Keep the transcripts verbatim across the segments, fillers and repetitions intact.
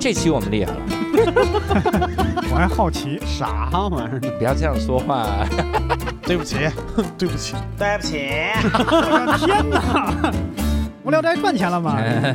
这期我们厉害了。 我还好奇啥玩意儿？ 不要这样说话。 对不起，对不起， 对不起。 我的天哪！无聊斋赚钱了吗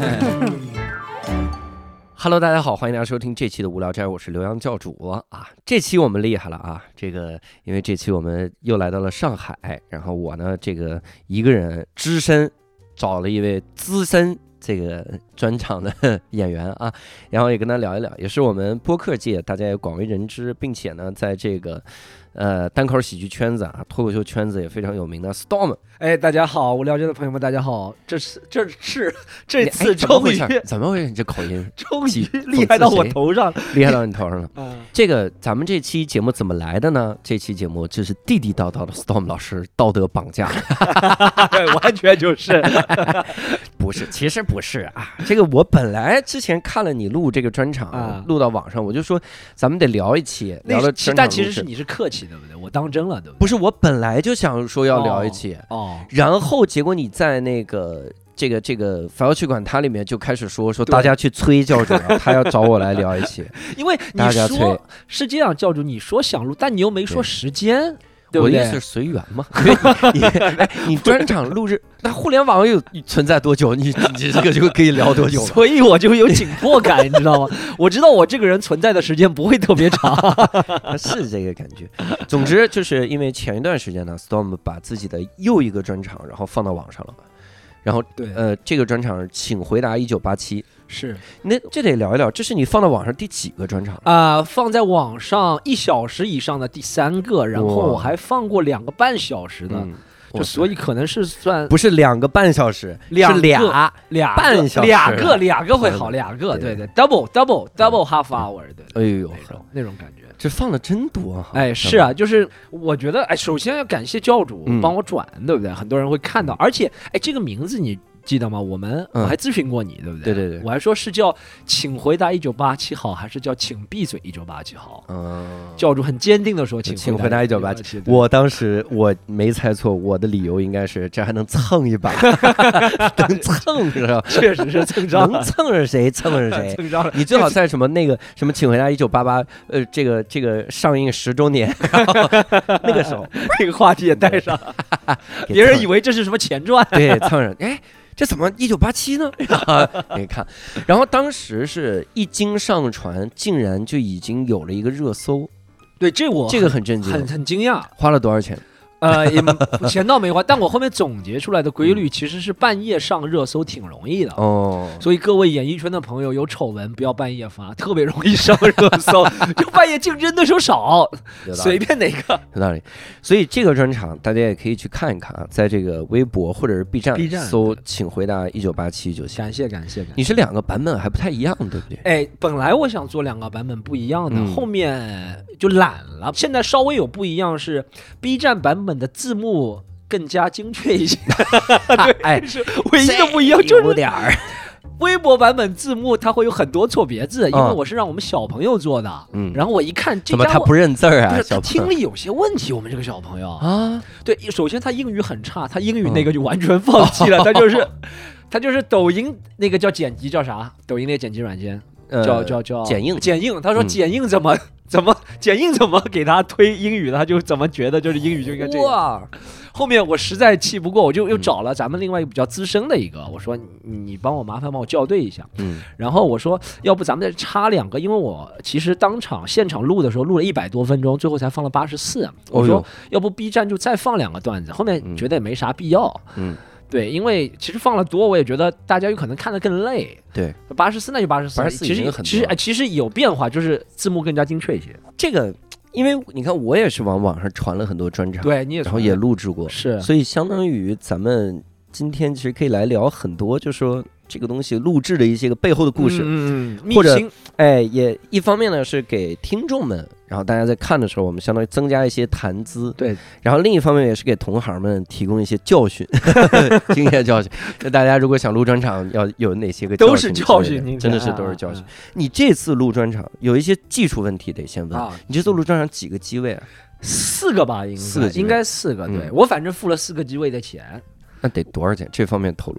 ？Hello， 大家好，欢迎大家收听这期的无聊斋，我是刘洋教主啊。这期我们厉害了啊！这个因为这期我们又来到了上海，然后我呢这个一个人只身找了一位资深这个专场的演员啊，然后也跟他聊一聊，也是我们播客界大家也广为人知，并且呢在这个呃单口喜剧圈子啊、脱口秀圈子也非常有名的 Storm。 哎，大家好，无聊斋的朋友们，大家好，这是这是这次终于怎么回事？你这口音终于厉害到我头上， 厉害到你头上了。 嗯， 这个咱们这期节目怎么来的呢？这期节目就是地地道道的 Storm 老师道德绑架， 完全就是， 不是，其实不是啊。这个我本来之前看了你录这个专场，啊、录到网上，我就说咱们得聊一期，聊了。 但其实是你是客气，对不对？我当真了，对不对？ 不是，我本来就想说要聊一期。 哦。哦然后结果你在那个这个这个反要去管他里面就开始说说大家去催教主，他要找我来聊一期， 因为你说是这样，教主你说想录，但你又没说时间。对不对？ 我意思是随缘嘛。你哎，你专场录制，那互联网有存在多久？你你这个就可以聊多久？ 所以我就有紧迫感，你知道吗？我知道我这个人存在的时间不会特别长， 是这个感觉。总之，就是因为前一段时间呢 ，Storm 把自己的又一个专场，然后放到网上了。然后， 对， 呃，这个专场，请回答一九八七。 是， 那这得聊一聊，这是你放到网上第几个专场啊、呃？放在网上一小时以上的第三个，然后我还放过两个半小时的，嗯、就所以可能是算不是两个半小时， 两是俩俩半小时， 两个两个会好，两个对对 ，double double double half hour 对， 哎呦那种那种感觉。 这放的真多哈！ 哎，是啊，就是我觉得，哎，首先要感谢教主帮我转，嗯、对不对？很多人会看到，而且，哎，这个名字你记得吗？我们、嗯、我还咨询过你，对不对？ 对对对， 我还说是叫“请回答一九八七”好，还是叫“请闭嘴一九八七”好？嗯，教主很坚定的说：“ 请回答一九八七。”我当时我没猜错，我的理由应该是这还能蹭一把，能蹭是吧？ 确实是蹭着， 能蹭着谁蹭着谁。 蹭着了。 你最好在什么那个什么“请回答一九八八”呃，这个这个上映十周年，那个时候这个话题也带上，别人以为这是什么前传， 对，蹭着哎。这怎么一九八七呢？你看，然后当时是一经上传，竟然就已经有了一个热搜。 对，这我这个很震惊， 很很惊讶。 花了多少钱？ 呃，也钱倒没花，但我后面总结出来的规律其实是半夜上热搜挺容易的哦。所以各位演艺圈的朋友有丑闻不要半夜发，特别容易上热搜，就半夜竞争对手少，随便哪个有道理。所以这个专场大家也可以去看一看啊，在这个微博或者是 B 站, B 站搜请回答一九八七就行。 感谢感谢感谢。 你是两个版本还不太一样，对不对？ 哎，本来我想做两个版本不一样的，嗯、后面就懒了。现在稍微有不一样是 B 站版本的字幕更加精确一些，对，哎，是唯一的不一样，就是有点儿。 微博版本字幕它会有很多错别字，因为我是让我们小朋友做的，嗯，然后我一看， 怎么他不认字啊？ 他听力有些问题，我们这个小朋友啊，对，首先他英语很差，他英语那个就完全放弃了，他就是他就是抖音那个叫剪辑叫啥？抖音那个剪辑软件叫叫叫剪映剪映，他说剪映怎么？怎么剪映怎么给他推英语的，他就怎么觉得就是英语就应该这样。后面我实在气不过，我就又找了咱们另外一个比较资深的一个，我说你帮我麻烦帮我校对一下。嗯，然后我说要不咱们再插两个，因为我其实当场现场录的时候录了一百多分钟，最后才放了八十四。我说要不 B 站就再放两个段子，后面觉得也没啥必要。嗯。对，因为其实放了多，我也觉得大家有可能看得更累。 对， 八十四那就八十四，其实其实哎，其实有变化，就是字幕更加精确一些。 这个，因为你看，我也是往网上传了很多专场， 对，你也然后也录制过， 是， 所以相当于咱们今天其实可以来聊很多，就是说这个东西录制的一些个背后的故事， 嗯， 或者哎，也一方面呢是给听众们。然后大家在看的时候，我们相当于增加一些谈资， 对。 然后另一方面也是给同行们提供一些教训、经验教训。那大家如果想录专场，要有哪些个教训？都是教训， 真的是都是教训。你这次录专场有一些技术问题得先问，你这次录专场几个机位啊？ 四个吧，应该四个， 应该四个。对我反正付了四个机位的钱。 那得多少钱？这方面透露。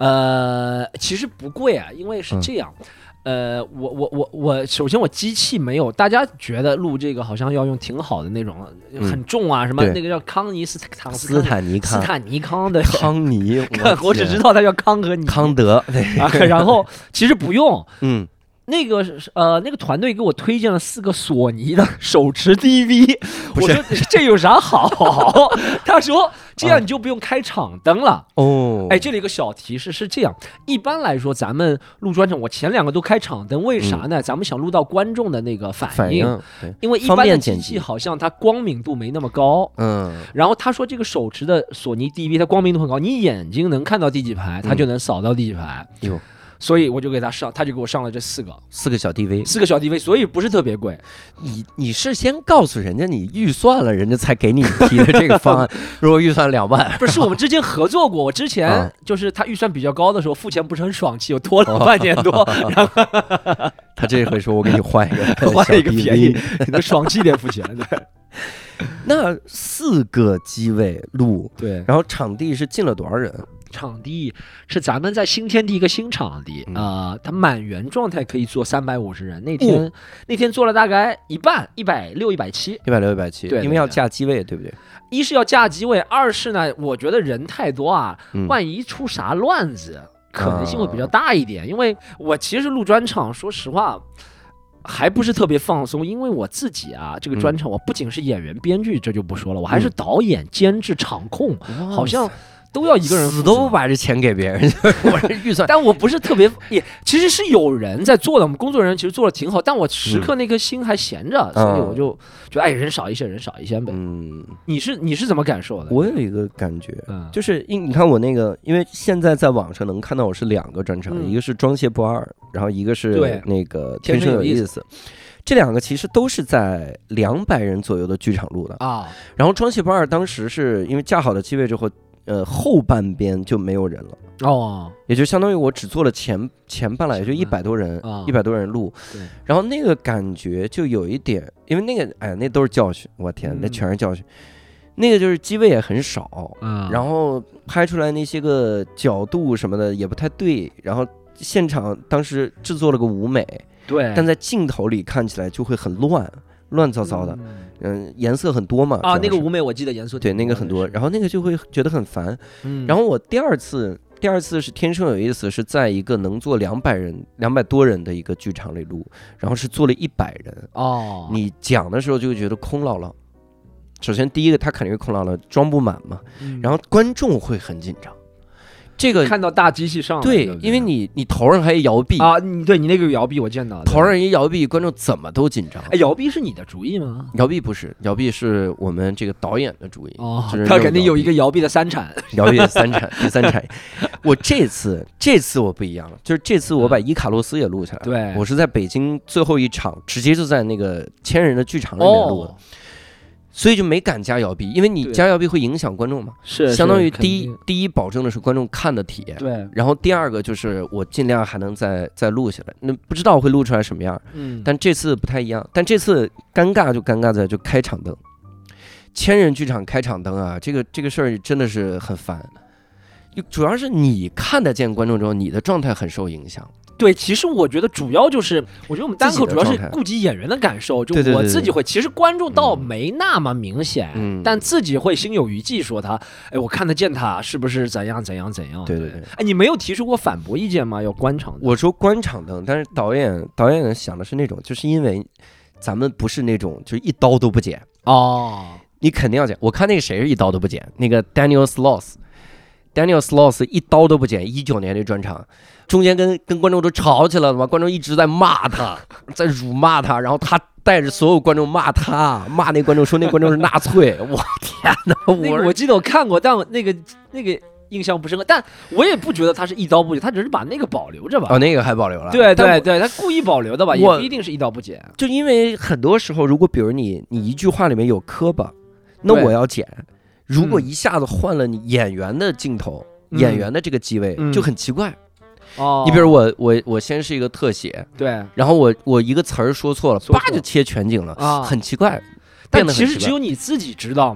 呃，其实不贵啊，因为是这样。嗯呃，我我我我，首先我机器没有，大家觉得录这个好像要用挺好的那种，嗯、很重啊，什么那个叫康尼斯坦斯坦尼康斯坦尼康的康尼， 我, 我只知道它叫康和尼康德，对、 啊，然后其实不用， 嗯。 那个呃，那个团队给我推荐了四个索尼的手持 D V， 我说这有啥好？他说这样你就不用开场灯了。哦，哎，这里有个小提示是这样，一般来说咱们录专场，我前两个都开场灯，为啥呢？嗯、咱们想录到观众的那个反应， 反应因为一般的机器好像它光明度没那么高。嗯，然后他说这个手持的索尼 D V 它光明度很高，你眼睛能看到第几排，它就能扫到第几排。有、嗯。所以我就给他上，他就给我上了这四个， 四个小 D V， 四个小 D V， 所以不是特别贵。 你你是先告诉人家你预算了，人家才给你提的这个方案。如果预算两万， 不是我们之前合作过，我之前就是他预算比较高的时候，付钱不是很爽气，我拖了半年多。然后他这回说我给你换一个， 换一个便宜，你能爽气点付钱。对。 那四个机位录， 对， 然后场地是进了多少人？ 场地是咱们在新天地一个新场地，嗯、呃，它满员状态可以坐三百五十人。那天、嗯、那天坐了大概一半，一百六、一百七， 一百六、一百七， 对， 因为要架机位，对不对？ 一是要架机位，二是呢，我觉得人太多啊，嗯、万一出啥乱子，可能性会比较大一点。啊、因为我其实录专场，说实话。还不是特别放松，因为我自己啊，这个专场我不仅是演员、编剧，这就不说了，我还是导演、监制、场控，好像都要一个人死都不把这钱给别人，我这预算， 但我不是特别，也其实是有人在做的，我们工作人员其实做的挺好，但我时刻那颗心还闲着，嗯、所以我就觉得哎，人少一些，人少一些呗。嗯，你是你是怎么感受的？ 我有一个感觉，嗯、就是因你看我那个，因为现在在网上能看到我是两个专场，嗯、一个是装卸不二，然后一个是那个天生有意思。这两个其实都是在两百人左右的剧场录的啊。然后装卸不二当时是因为架好了机位之后。呃，后半边就没有人了哦，也就相当于我只做了前前半来，也就一百多人，一百、哦、多人录，然后那个感觉就有一点，因为那个哎，那都是教训，我天，嗯、那全是教训。那个就是机位也很少，嗯，然后拍出来那些个角度什么的也不太对，然后现场当时制作了个舞美， 对， 但在镜头里看起来就会很乱。乱糟糟的，嗯，颜色很多嘛啊，那个舞美我记得颜色对那个很多，然后那个就会觉得很烦。嗯，然后我第二次，第二次是天生有意思，是在一个能坐两百人、两百多人的一个剧场里录，然后是坐了一百人哦。你讲的时候就会觉得空落落。首先第一个他肯定是空落落，装不满嘛，嗯、然后观众会很紧张。这个看到大机器上了， 对，对因为你你头上还摇臂啊，你对你那个摇臂我见到了， 头上一摇臂，观众怎么都紧张。 哎，摇臂是你的主意吗？ 摇臂不是，摇臂是我们这个导演的主意。 哦，他肯定有一个摇臂的三产， 摇臂的三产，第三产。我这次这次我不一样了，就是这次我把伊卡洛斯也录下来了。 对， 我是在北京最后一场，直接就在那个千人的剧场里面录的。哦所以就没敢加摇臂，因为你加摇臂会影响观众嘛。 是， 相当于第一，第一保证的是观众看的体验。 对。 然后第二个就是我尽量还能再再录下来，那不知道会录出来什么样。嗯。但这次不太一样，但这次尴尬就尴尬在就开场灯，千人剧场开场灯啊，这个这个事儿真的是很烦。主要是你看得见观众之后，你的状态很受影响。 对，其实我觉得主要就是，我觉得我们单口主要是顾及演员的感受，就我自己会，其实观众倒没那么明显，嗯、但自己会心有余悸，说他，哎，我看得见他是不是怎样怎样怎样？ 对对对， 哎，你没有提出过反驳意见吗？要关场灯？ 我说关场灯，但是导演导演想的是那种，就是因为咱们不是那种就是一刀都不剪哦，你肯定要剪。我看那个谁是一刀都不剪，那个 Daniel Sloss。Daniel Sloss 一刀都不剪，一九年的专场，中间跟跟观众都吵起来了嘛，观众一直在骂他，在辱骂他，然后他带着所有观众骂他，骂那观众说那观众是纳粹，我天哪！我、 那个、我记得我看过，但我那个那个印象不深刻，但我也不觉得他是一刀不剪，他只是把那个保留着吧。 哦，那个还保留了。 对对对，他故意保留的吧，也不一定是一刀不剪。 就因为很多时候，如果比如你你一句话里面有磕巴，那我要剪。如果一下子换了你演员的镜头，嗯、演员的这个机位、嗯、就很奇怪。哦，你比如我我我先是一个特写， 对， 然后我我一个词儿说错了，叭就切全景了，啊，很奇怪。 但其实只有你自己知道嘛。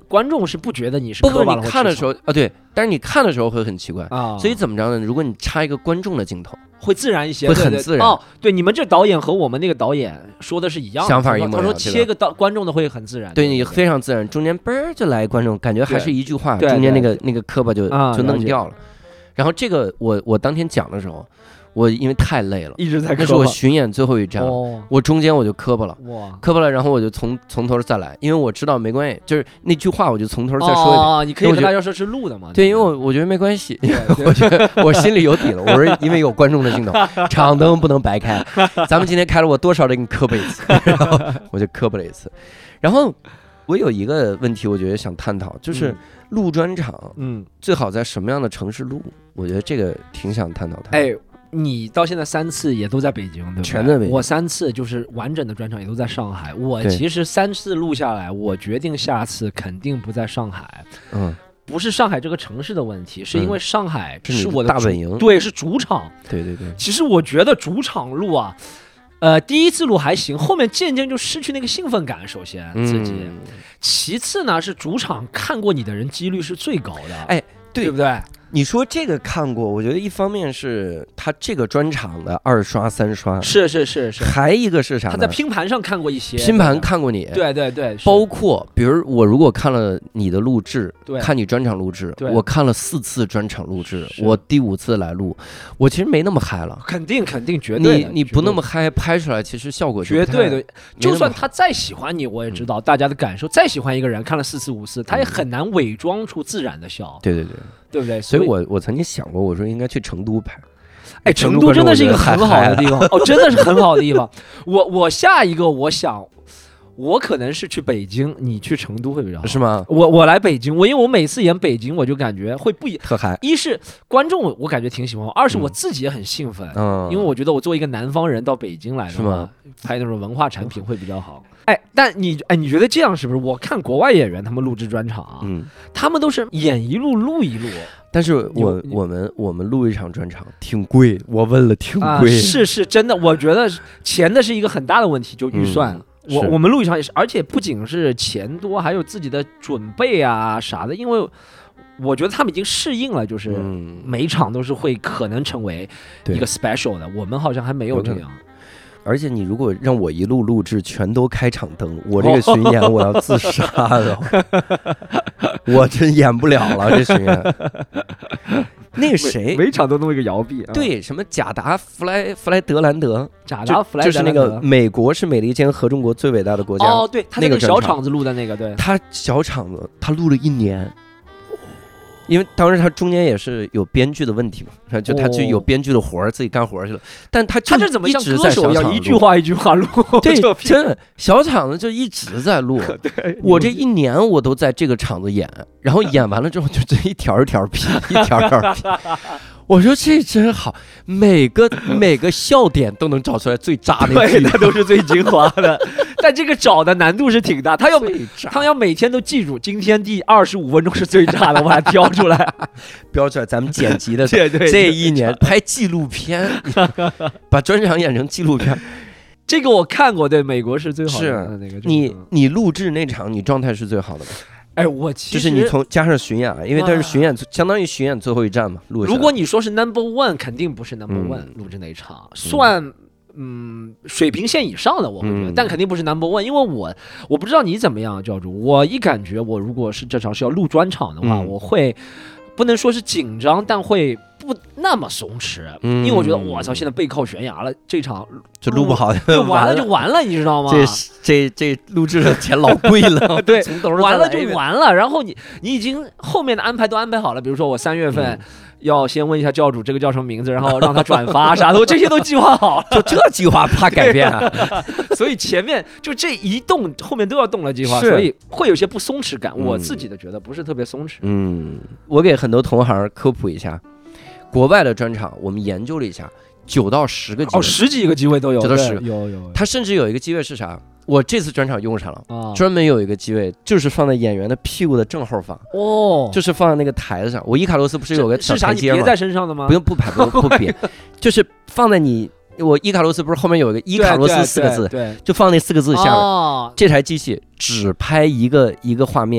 观众是不觉得你是不不， 磕巴了你看的时候啊，对，但是你看的时候会很奇怪啊， 所以怎么着呢？如果你插一个观众的镜头， 会自然一些， 会很自然。 哦，对，你们这导演和我们那个导演说的是一样的， 想法一模一样。 他说切个导观众的会很自然， 对你非常自然，中间嘣儿就来观众，感觉还是一句话，中间那个那个磕巴就就弄掉了。然后这个我我当天讲的时候。我因为太累了， 一直在磕巴。 那是我巡演最后一站，哦、我中间我就磕巴了，哇，磕巴了，然后我就从从头再来，因为我知道没关系，就是那句话我就从头再说一遍。 哦，你可以跟大家说是录的嘛？ 对，因为我我觉得没关系，我觉得我心里有底了。我说因为有观众的镜头，场灯不能白开。咱们今天开了，我多少得给你磕巴一次，然后我就磕巴了一次。然后我有一个问题，我觉得想探讨，就是录专场，嗯，最好在什么样的城市录？我觉得这个挺想探讨探讨。 哎。你到现在三次也都在北京，对吧？ 全在北京。 我三次就是完整的专场也都在上海。我其实三次录下来，我决定下次肯定不在上海。嗯，不是上海这个城市的问题，是因为上海是我的大本营， 对，是主场。 对对对。 其实我觉得主场录啊，呃，第一次录还行，后面渐渐就失去那个兴奋感。首先自己，嗯、其次呢是主场看过你的人几率是最高的。 哎，对， 对不对？ 你说这个看过，我觉得一方面是他这个专场的二刷三刷， 是是是是， 还一个是啥呢？ 他在拼盘上看过一些， 拼盘看过你， 对对对， 包括比如我如果看了你的录制，看你专场录制，我看了四次专场录制，我第五次来录，我其实没那么嗨了， 肯定肯定绝对， 你你不那么嗨，拍出来其实效果绝对的，就算他再喜欢你，我也知道大家的感受，再喜欢一个人看了四次五次，他也很难伪装出自然的笑， 对对对。 对不对？ 所以我我曾经想过，我说应该去成都拍。 哎，成都真的是一个很好的地方哦，真的是很好的地方。我我下一个我想，我可能是去北京，你去成都会比较好， 是吗？ 我我来北京，我因为我每次演北京，我就感觉会不一特嗨。 一是观众我感觉挺喜欢我，二是我自己也很兴奋，嗯，因为我觉得我作为一个南方人到北京来的话，拍那种文化产品会比较好。哎，但你哎，你觉得这样是不是？我看国外演员他们录制专场啊，嗯，他们都是演一路录一路。 但是我我们我们录一场专场挺贵，我问了挺贵，啊、 是是真的，我觉得钱的是一个很大的问题，就预算。嗯、我我们录一场也是，而且不仅是钱多，还有自己的准备啊啥的，因为。我觉得他们已经适应了，就是每一场都是会可能成为一个 special 的，我们好像还没有这样。 而且你如果让我一路录制全都开场灯，我这个巡演我要自杀了，我真演不了了这巡演。那个谁， 每场都弄一个摇臂， 对，什么贾达弗莱弗莱德兰德， 贾达弗莱德就是那个美国是美利坚合众国最伟大的国家哦，对，他那个小场子录的那个，对， 他小场子他录了一年。因为当时他中间也是有编剧的问题嘛，就他就有编剧的活儿，自己干活去了。但他他这怎么像歌手一样一句话一句话录？ 对，真的小场子就一直在录。对，我这一年我都在这个场子演，然后演完了之后就这一条一条劈，一条一条劈。我说这真好，每个每个笑点都能找出来最渣的， 对，那都是最精华的。但这个找的难度是挺大，他要他要每天都记住，今天第二十五分钟是最渣的，我把它挑出来， 标出来。咱们剪辑的时候，这一年拍纪录片，把专场演成纪录片。 这个我看过，对，美国是最好的。 是那个，你你录制那场，你状态是最好的吧？ 哎，我其实就是你从加上巡演，因为它是巡演，相当于巡演最后一站嘛。录如果你说是 number one， 肯定不是 number one，录制那一场算。嗯，水平线以上的我会觉得，嗯、但肯定不是 number one， 因为我我不知道你怎么样，教主。我一感觉我如果是这场是要录专场的话，嗯、我会不能说是紧张，但会不那么松弛，嗯、因为我觉得我操，现在背靠悬崖了，这场就录不好就完了就完了，你知道吗？ 这这这录制的钱老贵了， 对，完了就完了。然后你你已经后面的安排都安排好了，比如说我三月份。嗯要先问一下教主这个叫什么名字，然后让他转发啥的，我这些都计划好了。 就这计划怕改变啊， 所以前面就这一动，后面都要动了计划，所以会有些不松弛感。嗯、我自己的觉得不是特别松弛。 嗯，我给很多同行科普一下，国外的专场我们研究了一下，九到十个机会， 哦，十几个机会都有， 九到十个， 有有。 他甚至有一个机会是啥？我这次专场用上了，啊、专门有一个机位，就是放在演员的屁股的正后方，哦，就是放在那个台子上。我伊卡洛斯不是有个小台阶吗？ 是啥？你别在身上的吗？ 不用，不排，不不别，就是放在你。我伊卡洛斯不是后面有一个伊卡洛斯四个字， 对， 就放那四个字下面。哦、这台机器只拍一个一个画面，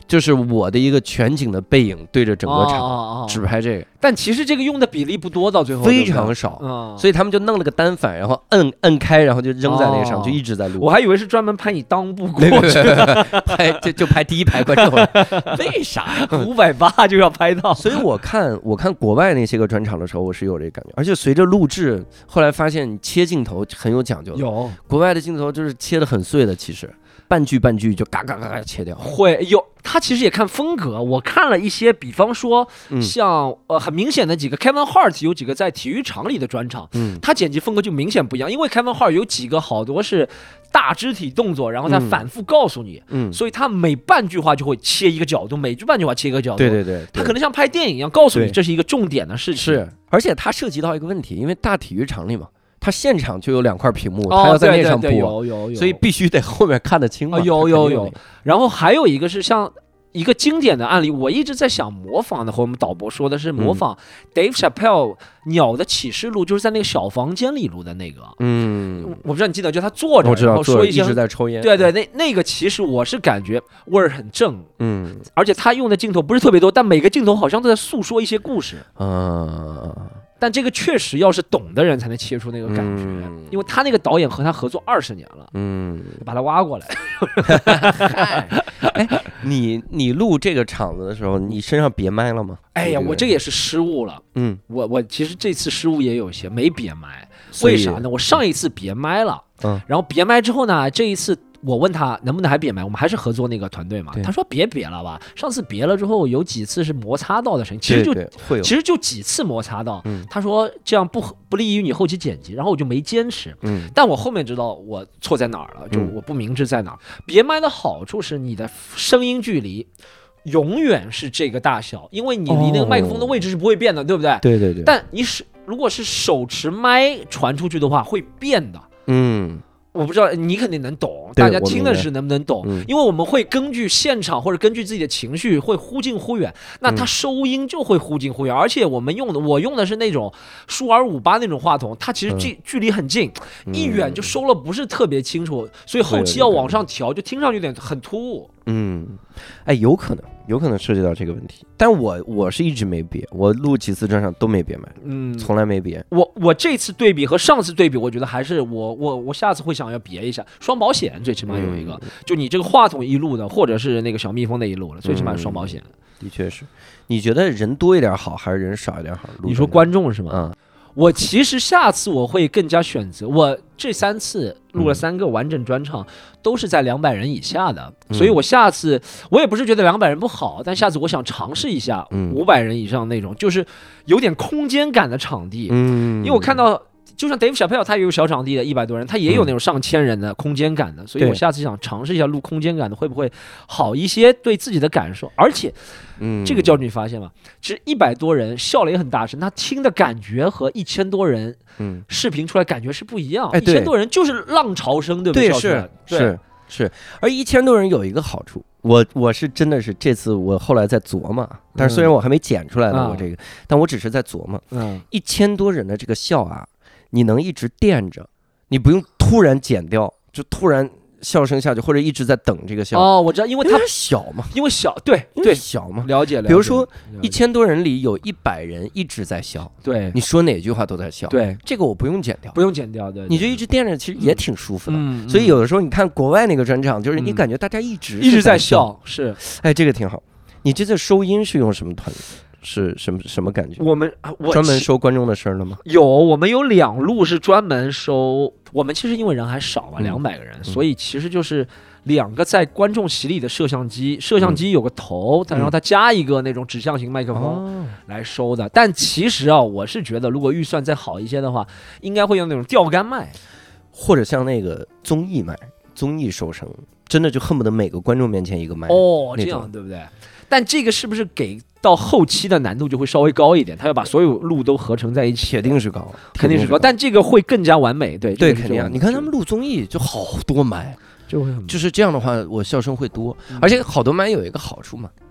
就是我的一个全景的背影对着整个场、 哦哦、 只拍这个， 但其实这个用的比例不多，到最后非常少、嗯、所以他们就弄了个单反，然后摁摁开，然后就扔在那个上、哦、就一直在录。 我还以为是专门拍你裆部过去拍就就拍第一排观众为啥呀？ 五百八就要拍到。 所以我看我看国外那些个专场的时候，我是有这个感觉，而且随着录制，后来发现切镜头很有讲究的， 有国外的镜头就是切得很碎的，其实半句半句就嘎嘎嘎嘎切掉。 会有，他其实也看风格。我看了一些，比方说像、嗯、呃很明显的几个 Kevin Hart 有几个在体育场里的专场，嗯，他剪辑风格就明显不一样，因为 Kevin Hart 有几个好多是大肢体动作，然后他反复告诉你，嗯，所以他每半句话就会切一个角度，每句半句话切一个角度， 对对 对, 对， 他可能像拍电影一样告诉你这是一个重点的事情。 是，而且他涉及到一个问题，因为大体育场里嘛。他现场就有两块屏幕，他要在那上播， 对对对有有有， 所以必须得后面看得清嘛。 哦、有有有。然后还有一个是像一个经典的案例，我一直在想模仿的，和我们导播说的是模仿 Dave Chappelle 鸟的启示录，就是在那个小房间里录的那个。嗯，我不知道你记得，就他坐着，然后说一些一直在抽烟。 对对，那那个其实我是感觉味儿很正，嗯，而且他用的镜头不是特别多，但每个镜头好像都在诉说一些故事。嗯。但这个确实要是懂的人才能切出那个感觉，嗯、因为他那个导演和他合作二十年了，嗯，把他挖过来。 哎，你你录这个场子的时候，你身上别麦了吗？ 哎呀，我这个也是失误了。嗯，我我其实这次失误也有一些，没别麦。为啥呢？我上一次别麦了，嗯，然后别麦之后呢，这一次。我问他能不能还别麦，我们还是合作那个团队嘛。他说别别了吧，上次别了之后有几次是摩擦到的声音，其实就对对会有其实就几次摩擦到。嗯、他说这样不不利于你后期剪辑，然后我就没坚持。嗯，但我后面知道我错在哪儿了，就我不明智在哪儿。嗯、别麦的好处是你的声音距离永远是这个大小，因为你离那个麦克风的位置是不会变的，哦、对不对？ 对对对。 但你是如果是手持麦传出去的话，会变的。嗯。我不知道你肯定能懂，大家听的是能不能懂？嗯、因为我们会根据现场或者根据自己的情绪会忽近忽远，那它收音就会忽近忽远。嗯、而且我们用的，我用的是那种舒尔五八那种话筒，它其实距、嗯、距离很近，一远就收了不是特别清楚，所以后期要往上调，就听上去有点很突兀。 嗯，哎，有可能，有可能涉及到这个问题，但我我是一直没别，我录几次专场都没别麦，嗯，从来没别。 我我这次对比和上次对比，我觉得还是我我我下次会想要别一下，双保险最起码有一个，嗯、就你这个话筒一路的，或者是那个小蜜蜂那一路的，最起码双保险。 嗯、的确是，你觉得人多一点好，还是人少一点好？ 你说观众是吗？ 嗯。 我其实下次我会更加选择，我这三次录了三个完整专场，都是在两百人以下的，嗯、所以我下次我也不是觉得两百人不好，但下次我想尝试一下五百人以上那种，就是有点空间感的场地，嗯，因为我看到。就像 Dave Chappelle 他也有小场地的一百多人，他也有那种上千人的空间感的，嗯、所以我下次想尝试一下录空间感的会不会好一些，对自己的感受。而且，嗯，这个教你发现吗？其实一百多人笑了也很大声，他听的感觉和一千多人，嗯，视频出来感觉是不一样。一千多人就是浪潮声，对不对？ 对，是是是。而一千多人有一个好处，我我是真的是这次我后来在琢磨，但是虽然我还没剪出来呢，嗯、我这个，但我只是在琢磨，嗯，一千多人的这个笑啊。你能一直垫着，你不用突然剪掉，就突然笑声下去，或者一直在等这个笑。 哦，我知道，因为它小嘛， 因为小，对对， 小嘛， 了解了解。 比如说一千多人里有一百人一直在笑， 对， 你说哪句话都在笑， 对， 这个我不用剪掉， 不用剪掉，对， 你就一直垫着，其实也挺舒服的。嗯，所以有的时候你看国外那个专场，就是你感觉大家一直一直在笑，是， 哎，这个挺好。你这次收音是用什么团队？是什么什么感觉？ 我们我专门收观众的声了吗？ 有，我们有两路是专门收。我们其实因为人还少嘛，两百个人，嗯、所以其实就是两个在观众席里的摄像机，摄像机有个头，嗯、然后它加一个那种指向型麦克风来收的。哦、但其实啊，我是觉得如果预算再好一些的话，应该会用那种钓竿麦， 或者像那个综艺麦，综艺收声，真的就恨不得每个观众面前一个麦。 哦，这样对不对？但这个是不是给到后期的难度就会稍微高一点？他要把所有路都合成在一起， 铁定是高， 肯定是高。但这个会更加完美，对对，肯定啊！你看他们录综艺就好多麦， 就会就是这样的话，我笑声会多，嗯、而且好多麦有一个好处嘛，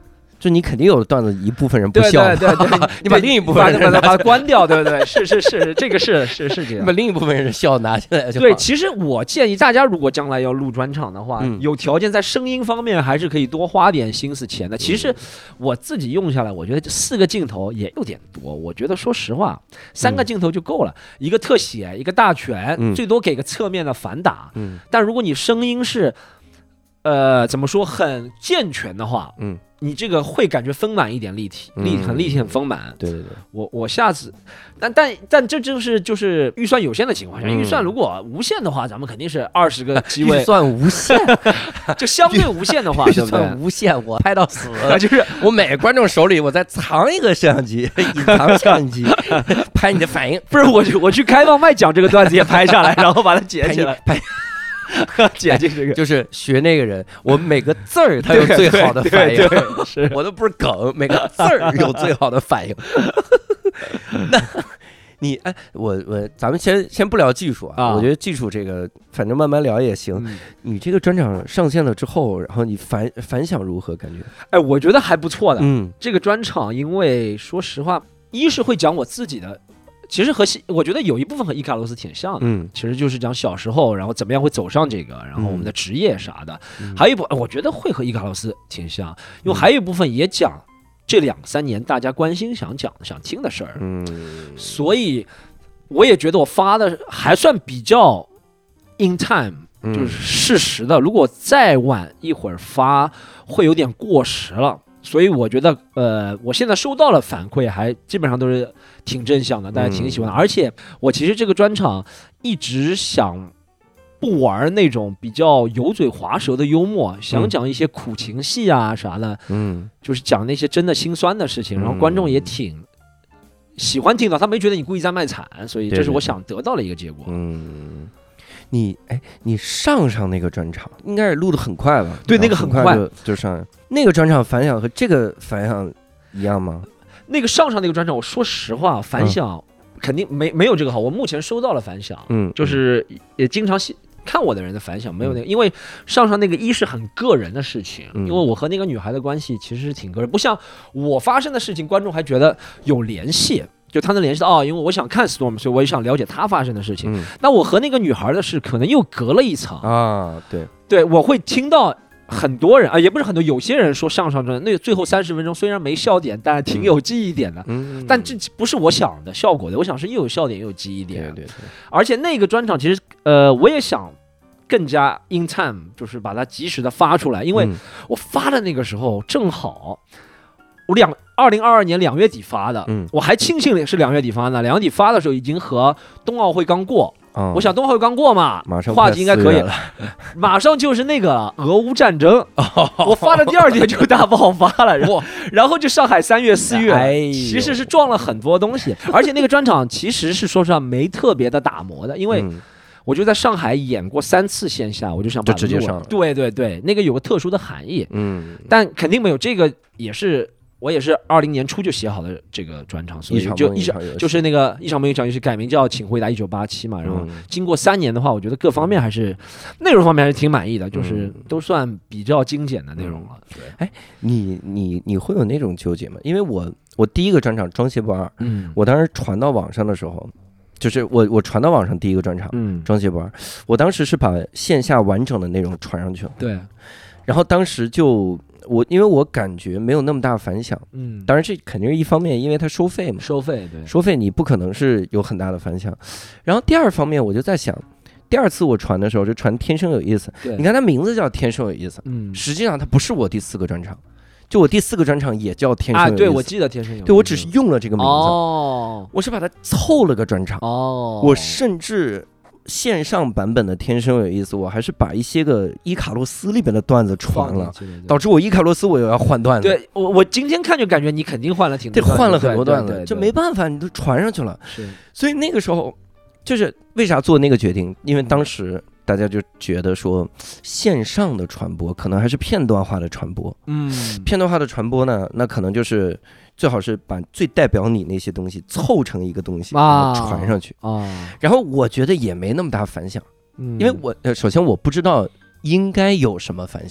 就你肯定有段子一部分人不笑， 对对对对， 你把另一部分人把把把它关掉，对不对？是是是，这个是是是这样。 把另一部分人笑拿下来就好。 对，其实我建议大家，如果将来要录专场的话， 嗯、 有条件在声音方面还是可以多花点心思钱的。其实我自己用下来，我觉得这四个镜头也有点多。我觉得说实话，三个镜头就够了，嗯、一个特写，一个大全，嗯、最多给个侧面的反打。嗯、但如果你声音是，呃，怎么说很健全的话，嗯。你这个会感觉丰满一点，立体，立很立体，很丰满。 对对对， 我我下次，但但但这就是就是预算有限的情况下，预算如果无限的话，咱们肯定是二十个机位。 预算无限， 就相对无限的话，对不对？ 预算无限，我拍到死， 就是我每个观众手里我再藏一个摄像机，隐藏摄像机，拍你的反应。 不是我去我去开放麦讲这个段子也拍下来，然后把它剪起来， 拍。 姐姐这个就是学那个人，我每个字儿他有最好的反应， 对对对是我都不是梗，每个字儿有最好的反应。那你哎，我我咱们先先不聊技术啊，啊我觉得技术这个反正慢慢聊也行。嗯、你这个专场上线了之后，然后你反反响如何？感觉？ 哎，我觉得还不错的。 嗯， 这个专场，因为说实话，一是会讲我自己的。其实和我觉得有一部分和伊卡洛斯挺像的，嗯，其实就是讲小时候，然后怎么样会走上这个，然后我们的职业啥的，嗯、还有一部分我觉得会和伊卡洛斯挺像，因为还有一部分也讲这两三年大家关心、想讲、想听的事儿，嗯，所以我也觉得我发的还算比较 in time，嗯、就是适时的。如果再晚一会儿发，会有点过时了。所以我觉得，呃，我现在收到了反馈，还基本上都是挺正向的，大家挺喜欢的。嗯、而且我其实这个专场一直想不玩那种比较油嘴滑舌的幽默，想讲一些苦情戏啊啥的，嗯，就是讲那些真的心酸的事情，然后观众也挺喜欢听到，他没觉得你故意在卖惨，所以这是我想得到的一个结果。 嗯。你哎，你上上那个专场应该是录得很快吧？ 对，那个很快就就上那个专场反响和这个反响一样吗？ 那个上上那个专场，我说实话，反响肯定没、嗯、没有这个好。我目前收到了反响，嗯，就是也经常看我的人的反响没有那个，嗯、因为上上那个一是很个人的事情，嗯、因为我和那个女孩的关系其实是挺个人，不像我发生的事情，观众还觉得有联系。就他能联系到哦，因为我想看 Storm， 所以我也想了解他发生的事情。嗯、那我和那个女孩的事可能又隔了一层啊。对对，我会听到很多人啊，也不是很多，有些人说上上专那个最后三十分钟虽然没笑点，但是挺有记忆点的。嗯、但这不是我想的效果的，我想是又有笑点又有记忆点。 对对对。而且那个专场其实呃，我也想更加 in time， 就是把它及时的发出来，因为我发的那个时候正好。我两二零二二年两月底发的，嗯，我还庆幸是两月底发的。两月底发的时候，已经和冬奥会刚过，嗯、我想冬奥会刚过嘛， 马上话题应该可以了，马上就是那个俄乌战争，哦、我发的第二天就大爆发了，然后然后就上海三月四月，哎、其实是撞了很多东西，而且那个专场其实是说实话没特别的打磨的，因为。嗯我就在上海演过三次线下，我就想把它就直接上了。 对对对，那个有个特殊的含义，嗯，但肯定没有这个，也是我也是二零年初就写好的这个专场，所以就一场就是那个一场梦一场游戏改名叫《请回答一九八七》嘛，然后经过三年的话，我觉得各方面还是内容方面还是挺满意的，就是都算比较精简的内容了。对， 哎，你你你会有那种纠结吗？因为我我第一个专场《装鞋不二》，嗯，我当时传到网上的时候。就是我我传到网上第一个专场，嗯，装鞋不二，我当时是把线下完整的内容传上去了， 对， 然后当时就我因为我感觉没有那么大反响，嗯，当然这肯定是一方面，因为它收费嘛， 收费对， 收费你不可能是有很大的反响，然后第二方面我就在想，第二次我传的时候就传天生有意思，你看它名字叫天生有意思，嗯，实际上它不是我第四个专场。就我第四个专场也叫天生有意思， 啊，对，我记得天生有意思， 对我只是用了这个名字， 哦， 我是把它凑了个专场， 哦， 我甚至线上版本的天生有意思，我还是把一些个伊卡洛斯里边的段子传了，导致我伊卡洛斯我又要换段子。 对，我我今天看就感觉你肯定换了挺多， 对，换了很多段子，这没办法，你都传上去了。 是， 所以那个时候就是为啥做那个决定？因为当时。大家就觉得说，线上的传播可能还是片段化的传播。嗯，片段化的传播呢，那可能就是最好是把最代表你那些东西凑成一个东西，然后传上去。啊，然后我觉得也没那么大反响，因为我呃，首先我不知道应该有什么反响。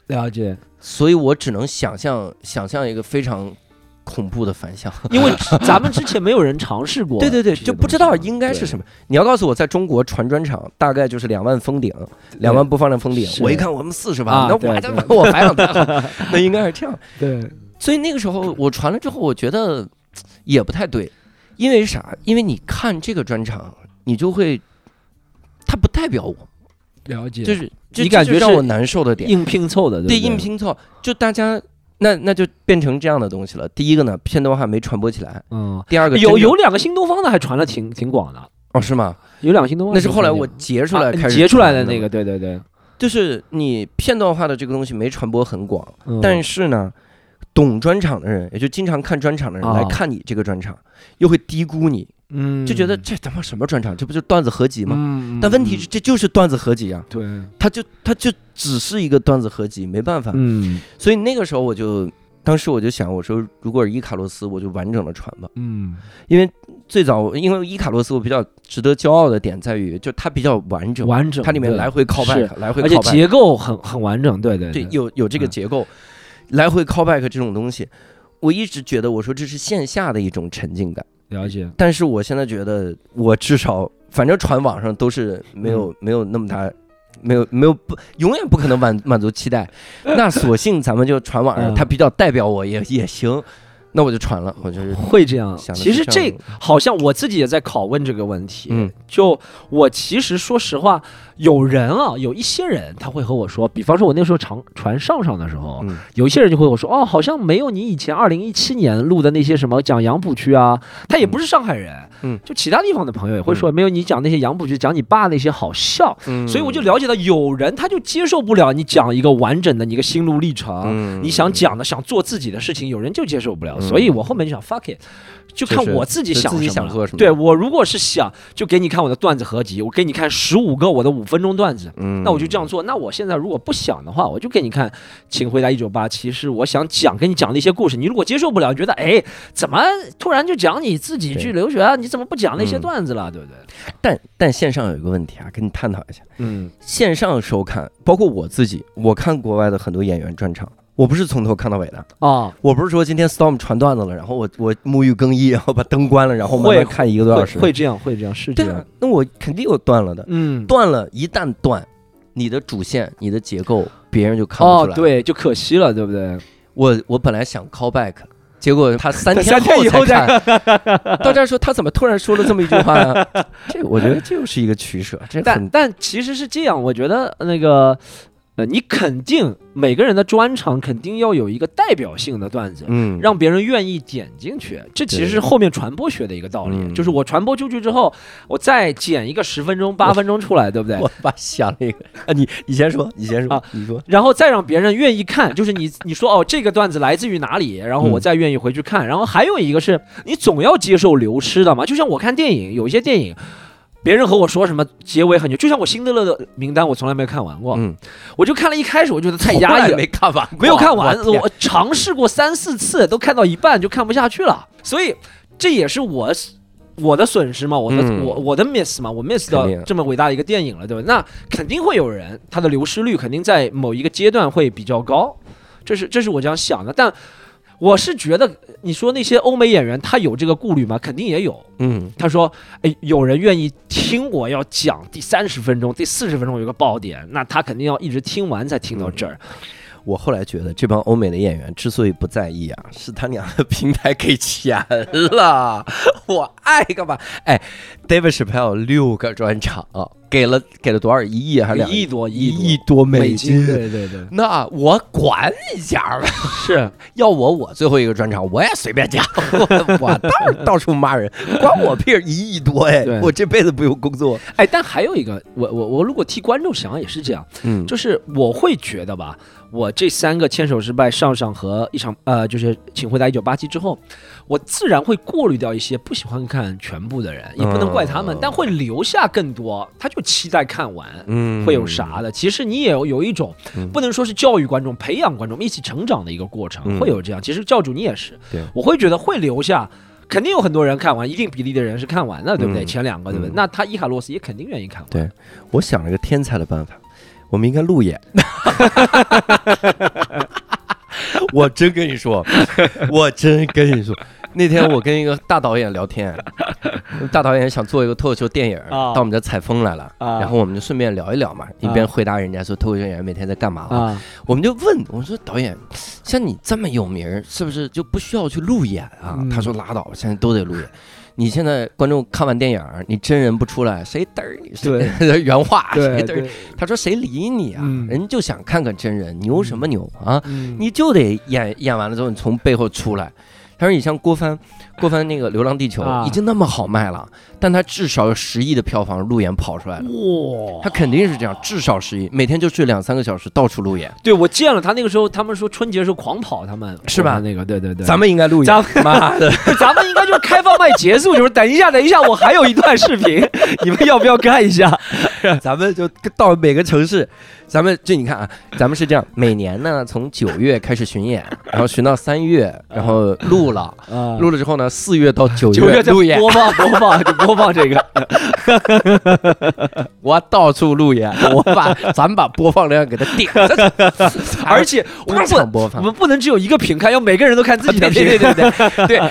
了解， 所以我只能想象想象一个非常恐怖的反响， 因为咱们之前没有人尝试过。 对对对，就不知道应该是什么。你要告诉我，在中国传专场大概就是两万封顶，两万播放量封顶。我一看我们四十万， 啊、 那我他妈我反响太好，那应该是这样。 对， 所以那个时候我传了之后，我觉得也不太对，因为啥？因为你看这个专场，你就会，它不代表我。 了解， 就是你感觉让我难受的点， 硬拼凑的，对, 对，硬拼凑，就大家那那就变成这样的东西了。第一个呢，片段化没传播起来， 嗯， 第二个有有两个新东方的还传了挺挺广的， 哦，是吗？ 有两个新东方， 那是后来我截出来开始、 啊、截出来的那个，对对对， 就是你片段化的这个东西没传播很广， 嗯、 但是呢，懂专场的人，也就经常看专场的人、啊、来看你这个专场，又会低估你。嗯，就觉得这他妈什么专场，这不就段子合集吗？嗯、但问题是，这就是段子合集啊。 对， 他就他就只是一个段子合集，没办法。嗯，所以那个时候我就，当时我就想，我说如果是伊卡洛斯，我就完整的传吧。嗯，因为最早，因为伊卡洛斯我比较值得骄傲的点在于，就它比较完整， 完整， 它里面来回 callback， 来回 callback， 而且结构很很完整。对对对，对有有这个结构，嗯、来回 callback 这种东西，我一直觉得，我说这是线下的一种沉浸感。 了解， 但是我现在觉得，我至少反正传网上都是没有、嗯、没有那么大，没有没有不永远不可能满满足期待，那索性咱们就传网上，它比较代表我也也行，那我就传了，我就是会这样。其实这好像我自己也在拷问这个问题，嗯，就我其实说实话，有人啊，有一些人他会和我说，比方说我那时候常传上上的时候，嗯、有一些人就会和我说，哦，好像没有你以前二零一七年录的那些什么讲杨浦区啊，他也不是上海人，嗯，就其他地方的朋友也会说，嗯、没有你讲那些杨浦区，讲你爸那些好笑，嗯，所以我就了解到有人他就接受不了你讲一个完整的你一个心路历程，嗯、你想讲的想做自己的事情，有人就接受不了，嗯、所以我后面就想 fuck it。就看我自己想什么， 自己想做什么。 对，我如果是想，就给你看我的段子合集，我给你看十五个我的五分钟段子，嗯，那我就这样做。那我现在如果不想的话，我就给你看，请回答一九八七，是我想讲跟你讲的一些故事。你如果接受不了，觉得哎，怎么突然就讲你自己去留学啊？你怎么不讲那些段子了？对不对？ 但但线上有一个问题啊，跟你探讨一下。嗯，线上收看，包括我自己，我看国外的很多演员专场。我不是从头看到尾的啊、哦！我不是说今天 Storm 传段子了，然后我我沐浴更衣，然后把灯关了，然后慢慢看一个多小时。 会, 会这样，会这样，是这样。 对啊，那我肯定有断了的。嗯，断了，一旦断，你的主线、你的结构，别人就看不出来。 哦，对，就可惜了，对不对？ 我我本来想 call back， 结果他三天后才看，大家说他怎么突然说了这么一句话呀、啊？这我觉得这就是一个取舍。这但但其实是这样，我觉得那个。呃，你肯定每个人的专场肯定要有一个代表性的段子，嗯，让别人愿意点进去。这其实是后面传播学的一个道理，就是我传播出去之后，我再剪一个十分钟、八分钟出来，对不对？ 我爸想了一个，啊，你你先说，你先说啊，你说， 然后再让别人愿意看，就是你你说哦，这个段子来自于哪里，然后我再愿意回去看。然后还有一个是你总要接受流失的嘛，就像我看电影，有一些电影。别人和我说什么结尾很久，就像我辛德勒的名单，我从来没有看完过。嗯，我就看了一开始，我觉得太压抑了， 没看完， 没有看完。我, 我尝试过三四次，都看到一半就看不下去了。所以这也是我我的损失嘛，我的、嗯、我我的 miss 嘛，我 miss 到这么伟大的一个电影了，对吧？那肯定会有人，他的流失率肯定在某一个阶段会比较高，这是这是我这样想的，但。我是觉得，你说那些欧美演员他有这个顾虑吗？肯定也有。嗯，他说，哎，有人愿意听我要讲第三十分钟、第四十分钟有个爆点，那他肯定要一直听完才听到这儿。嗯， 我后来觉得，这帮欧美的演员之所以不在意啊，是他娘的平台给钱了。我爱干嘛？哎 ，David Chappelle 六个专场啊。给了给了多少？一亿还是两亿多？ 一亿多美金？ 对对对。 那我管一下吧。 是， 要我我最后一个专场我也随便讲，我我当然到处骂人，关我屁！一亿多哎，我这辈子不用工作。 哎，但还有一个，我我我如果替观众想也是这样，嗯，就是我会觉得吧，我这三个牵手失败、上上和一场呃，就是请回答一九八七之后，我自然会过滤掉一些不喜欢看全部的人，也不能怪他们，嗯、但会留下更多，他就期待看完，嗯，会有啥的？其实你也有有一种、嗯、不能说是教育观众、培养观众一起成长的一个过程，嗯、会有这样。其实教主你也是，对，我会觉得会留下。肯定有很多人看完，一定比例的人是看完的，对不对？嗯、前两个，对不对？嗯、那他伊卡洛斯也肯定愿意看完。 对，我想了个天才的办法， 我们应该路演。我真跟你说，我真跟你说，那天我跟一个大导演聊天，大导演想做一个脱口秀电影， 啊、 到我们这采风来了，啊、然后我们就顺便聊一聊嘛，啊、一边回答人家说脱口秀演员每天在干嘛、啊、我们就问我说导演，像你这么有名，是不是就不需要去路演啊？嗯、他说拉倒，现在都得路演。你现在观众看完电影，你真人不出来，谁嘚儿你？对，原话谁嘚儿？他说谁理你啊？嗯、人就想看看真人，牛什么牛啊？嗯、你就得演演完了之后，你从背后出来。他说你像郭帆，郭帆那个《流浪地球》已经那么好卖了，啊、但他至少有十亿的票房，路演跑出来了。哇，他肯定是这样，至少十亿，每天就睡两三个小时，到处路演。 对，我见了他那个时候，他们说春节的时候狂跑，他们是吧？ 那个，对对对， 咱们应该路演。 咱们妈的，咱们应该就是开放麦结束，就是等一下，等一下，我还有一段视频，你们要不要看一下？ 咱们就到每个城市。咱们就你看啊，咱们是这样，每年呢从九月开始巡演，然后巡到三月，然后录了，啊、录了之后呢，四月到九月路演， 播放播放就播放这个， 我到处路演，我把咱们把播放量给它顶着， 而且我们不播放， 我们不能只有一个屏看，要每个人都看自己的屏， 对对对对对。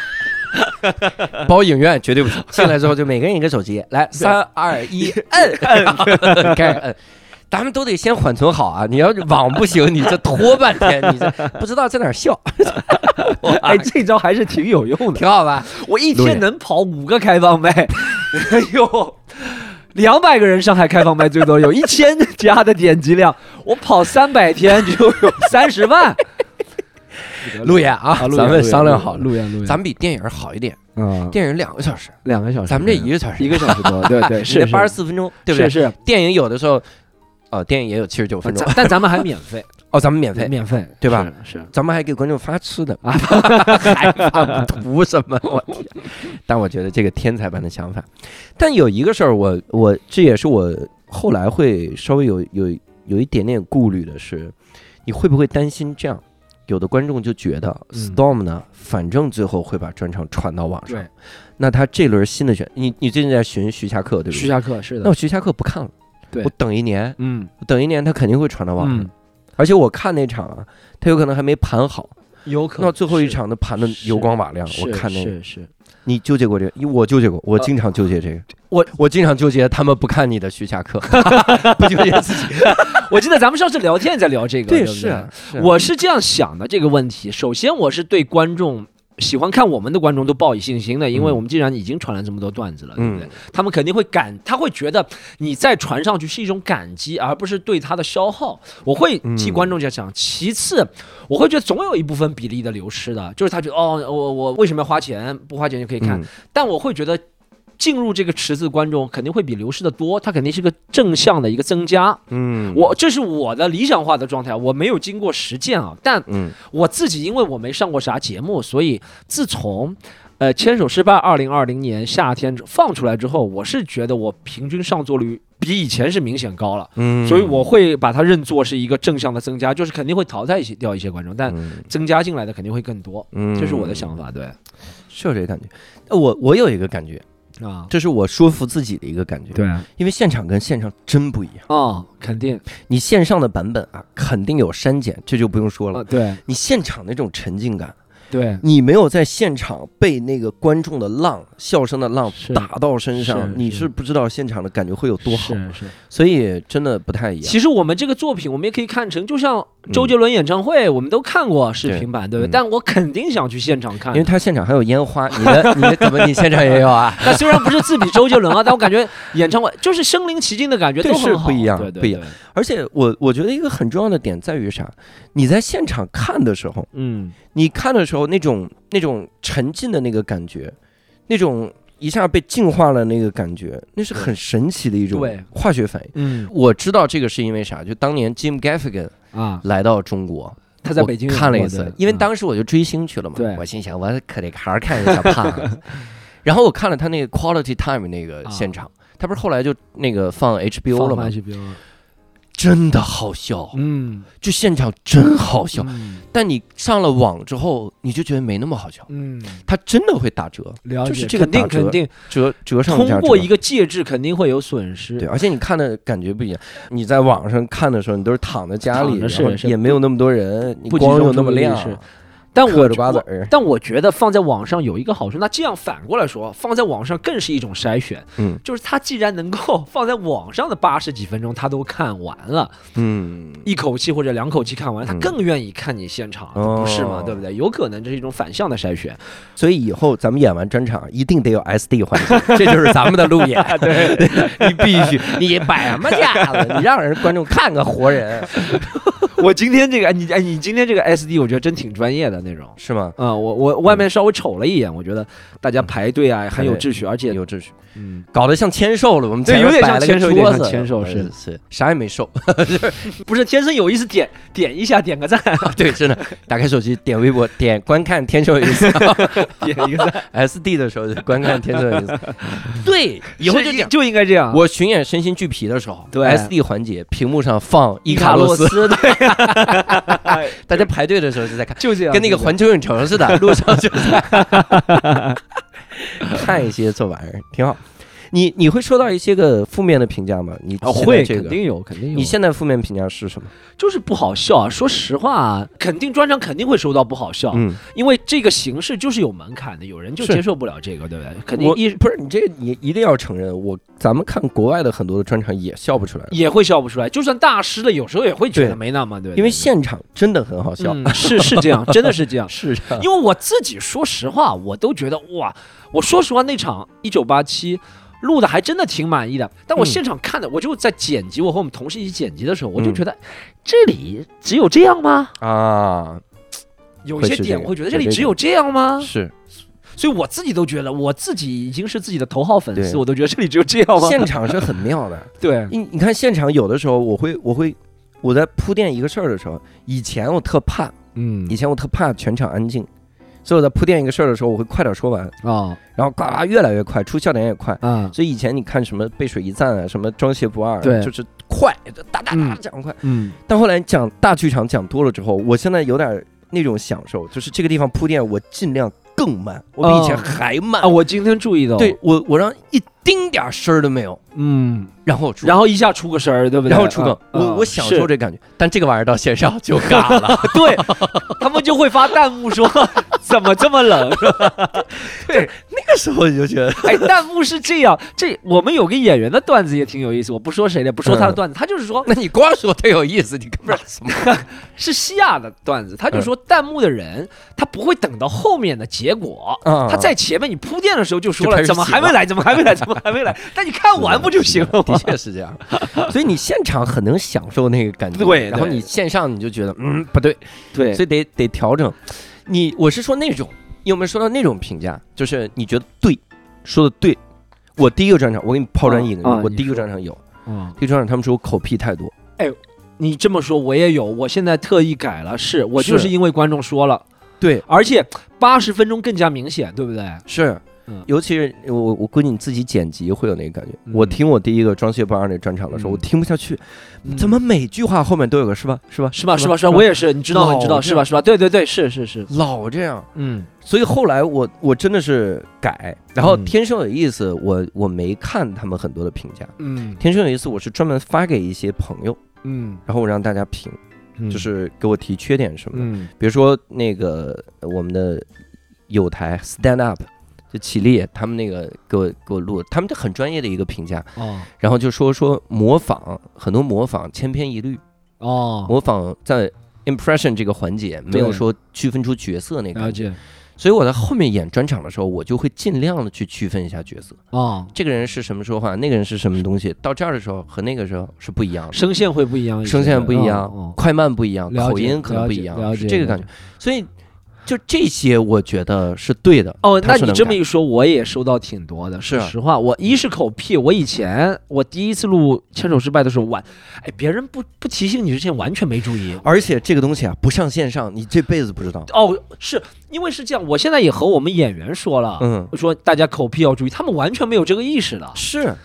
包影院绝对不行，进来之后就每个人一个手机，来三二一，摁摁，开始摁。咱们都得先缓存好啊！你要是网不行，你这拖半天，你这不知道在哪儿笑。 哎，这招还是挺有用的， 挺好吧？ 我一天能跑五个开放麦，哎呦，两百个人上海开放麦最多有一千加的点击量，我跑三百天就有三十万。 路演啊，啊咱们商量好， 路演路演， 咱们比电影好一点。嗯，电影两个小时， 两个小时， 咱们这一个小时， 一个小时多，对对，是八十四分钟，对不对？ 是是， 电影有的时候。哦，电影也有七十九分钟， 但咱们还免费哦，咱们免费， 免费， 对吧？ 是，是咱们还给观众发吃的啊，还发图什么？我天！但我觉得这个天才般的想法。但有一个事儿，我我这也是我后来会稍微有有有一点点顾虑的是，你会不会担心这样？有的观众就觉得 Storm 呢，反正最后会把专场传到网上， 对， 那他这轮新的选，你你最近在寻徐霞客对不对？ 徐霞客是的， 那我徐霞客不看了。 对， 我等一年， 嗯， 我等一年，他肯定会传到网上。 嗯、 而且我看那场啊，他有可能还没盘好， 有可能。 那最后一场的盘的油光瓦亮，我看那个。 是是。 你纠结过这个？我纠结过，我经常纠结这个。呃、 我我经常纠结他们不看你的徐霞客，不纠结自己。 我记得咱们上次聊天在聊这个， 对， 对是啊。 是我是这样想的这个问题。首先，我是对观众。喜欢看我们的观众都抱以信心的，因为我们既然已经传了这么多段子了，嗯、对不对？他们肯定会感，他会觉得你再传上去是一种感激，而不是对他的消耗。我会替观众这样想。嗯、其次，我会觉得总有一部分比例的流失的，就是他觉得哦，我我为什么要花钱？不花钱就可以看。嗯、但我会觉得。进入这个池子观众肯定会比流失的多，它肯定是个正向的一个增加。嗯，我这是我的理想化的状态，我没有经过实践啊，但我自己因为我没上过啥节目，所以自从呃牵手失败二零二零年夏天放出来之后，我是觉得我平均上座率比以前是明显高了。嗯，所以我会把它认作是一个正向的增加，就是肯定会淘汰一些掉一些观众，但增加进来的肯定会更多。嗯，这是我的想法。对， 是有这个感觉。我我有一个感觉。 啊， 这是我说服自己的一个感觉。 对， 因为现场跟线上真不一样啊、哦，肯定。 你线上的版本啊，肯定有删减，这就不用说了。 啊、对， 你现场那种沉浸感， 对你没有在现场被那个观众的浪、笑声的浪打到身上，是你是不知道现场的感觉会有多好。 是是， 所以真的不太一样。 其实我们这个作品，我们也可以看成，就像周杰伦演唱会，嗯、我们都看过视频版，对不对？嗯、但我肯定想去现场看， 因为他现场还有烟花。你的你怎么你现场也有啊？ 那虽然不是自比周杰伦啊，但我感觉演唱会就是身临其境的感觉都很好， 不一样， 对对对不一样。而且我我觉得一个很重要的点在于啥？你在现场看的时候， 嗯， 你看的时候那种那种沉浸的那个感觉，那种一下被净化了那个感觉，那是很神奇的一种化学反应。 嗯， 我知道这个是因为啥？就当年 Jim Gaffigan 啊来到中国。 他在北京看了一次，因为当时我就追星去了嘛， 对， 我心想我可得好好看一下胖。然后我看了他那个 Quality Time 那个现场，啊、他不是后来就那个放 H B O 了吗？ H B O 真的好笑， 嗯， 就现场真好笑。 嗯、 但你上了网之后，你就觉得没那么好笑。 嗯， 它真的会打折， 了解， 就是这个肯定肯定折折上加折。 通过一个介质肯定会有损失。 对，而且你看的感觉不一样。你在网上看的时候，你都是躺在家里， 是然后也没有那么多人，你光有那么亮。 但我嗑瓜子儿， 但我觉得放在网上有一个好处，那这样反过来说，放在网上更是一种筛选。 嗯， 就是他既然能够放在网上的八十几分钟他都看完了， 嗯， 一口气或者两口气看完，他更愿意看你现场， 嗯、 不是吗？对不对？有可能这是一种反向的筛选。 所以以后咱们演完专场一定得有 S D 环节，这就是咱们的路演。 对， 你必须，你摆什么架子？你让人观众看个活人。 我今天这个，你哎，你今天这个 S D， 我觉得真挺专业的那种， 是吗？ 嗯，我我外面稍微瞅了一眼，我觉得大家排队啊很有秩序，而且有秩序， 嗯， 搞得像签售了。我们对，有点像签售，有点像签售，是是，啥也没售， 不是天生有意思，点点一下，点个赞。 对，真的，打开手机点微博，点观看天生有意思， 点一个赞。 S D 的时候观看天生有意思。对，以后就就应该这样。 我巡演身心俱疲的时候， 对 S D 环节屏幕上放伊卡洛斯， 对。 大家排队的时候就在看， 就这样， 跟那个环球影城似的，路上就在看一些这玩意儿，挺好。你你会收到一些个负面的评价吗？你会， 这个肯定有，肯定有。 你现在负面评价是什么？ 就是不好笑啊！说实话，肯定专场肯定会收到不好笑，嗯，因为这个形式就是有门槛的，有人就接受不了这个，对不对？肯定一不是你这个你一定要承认，我咱们看国外的很多的专场也笑不出来， 也会笑不出来。就算大师的，有时候也会觉得没那么对， 因为现场真的很好笑， 嗯、是是这样，真的是这样， 是这样。 因为我自己说实话，我都觉得哇，我说实话那场一九八七。录的还真的挺满意的，但我现场看的，嗯、我就在剪辑，我和我们同事一起剪辑的时候，我就觉得、嗯、这里只有这样吗？ 啊， 有一些点我会觉得这里只有这样吗？ 是， 所以我自己都觉得，我自己已经是自己的头号粉丝，我都觉得这里只有这样吗？ 现场是很妙的， 对， 你你看现场有的时候，我会我会我在铺垫一个事儿的时候，以前我特怕，嗯，以前我特怕全场安静。所以我在铺垫一个事儿的时候，我会快点说完啊、哦，然后呱呱越来越快，出笑点也快啊、嗯。所以以前你看什么背水一战啊，什么装鞋不二， 对， 就是快，哒哒哒讲快。嗯。但后来讲大剧场讲多了之后，我现在有点那种享受，就是这个地方铺垫我尽量更慢，我比以前还慢。 啊、哦，我今天注意到， 对我我让一丁点声儿都没有，嗯，然后然后一下出个声儿，对不对？ 然后出个，啊、我我享受这感觉，但这个玩意儿到线上就尬了， 对，他们就会发弹幕说。怎么这么冷？ 对，那个时候你就觉得， 哎，弹幕是这样。这我们有个演员的段子也挺有意思，我不说谁的，不说他的段子，嗯、他就是说， 那你光说他有意思，你根本什么？ 是西亚的段子，他就说弹幕的人，他不会等到后面的结果，嗯、他在前面你铺垫的时候就说了，怎么还没来？怎么还没来？怎么还没来？但你看完不就行了吗？ 的确是这样，所以你现场很能享受那个感觉， 对， 然后你线上你就觉得，嗯，不对， 对， 所以得得调整。你我是说那种，你有没有收到那种评价？就是你觉得对，说的对。我第一个专场，我给你抛砖引玉，我第一个专场有，嗯，第一个专场他们说我口癖太多。 哎，你这么说我也有，我现在特意改了，是我就是因为观众说了， 对， 而且八十分钟更加明显，对不对？ 是。嗯、尤其是我，我估计你自己剪辑会有那个感觉。嗯、我听我第一个装卸不二那专场的时候，嗯、我听不下去，嗯、怎么每句话后面都有个是吧？是吧？ 是吧？是吧？是吧？我也是，你知道，你知道，是吧？是吧？对对对，是是是， 老这样。嗯，所以后来我我真的是改，然后天生有意思，我我没看他们很多的评价。嗯，天生有意思，我是专门发给一些朋友，嗯，然后我让大家评，嗯、就是给我提缺点什么的。嗯，比如说那个我们的有台 Stand Up。就起立，他们那个给我给我录，他们这很专业的一个评价哦，然后就说说模仿很多模仿千篇一律哦，模仿在 impression 这个环节没有说区分出角色那个感觉，所以我在后面演专场的时候，我就会尽量的去区分一下角色哦，这个人是什么说话，那个人是什么东西，到这儿的时候和那个时候是不一样的， 声线会不一样， 声线不一样，哦、快慢不一样，口音可能不一样，是这个感觉，所以。就这些，我觉得是对的哦。那你这么一说，我也收到挺多的。说实话，我一是口癖，我以前我第一次录《牵手失败》的时候，晚，哎，别人不不提醒你之前完全没注意。 而且这个东西啊，不上线上，你这辈子不知道。 哦，是因为是这样，我现在也和我们演员说了，嗯，说大家口癖要注意，他们完全没有这个意识的。 是。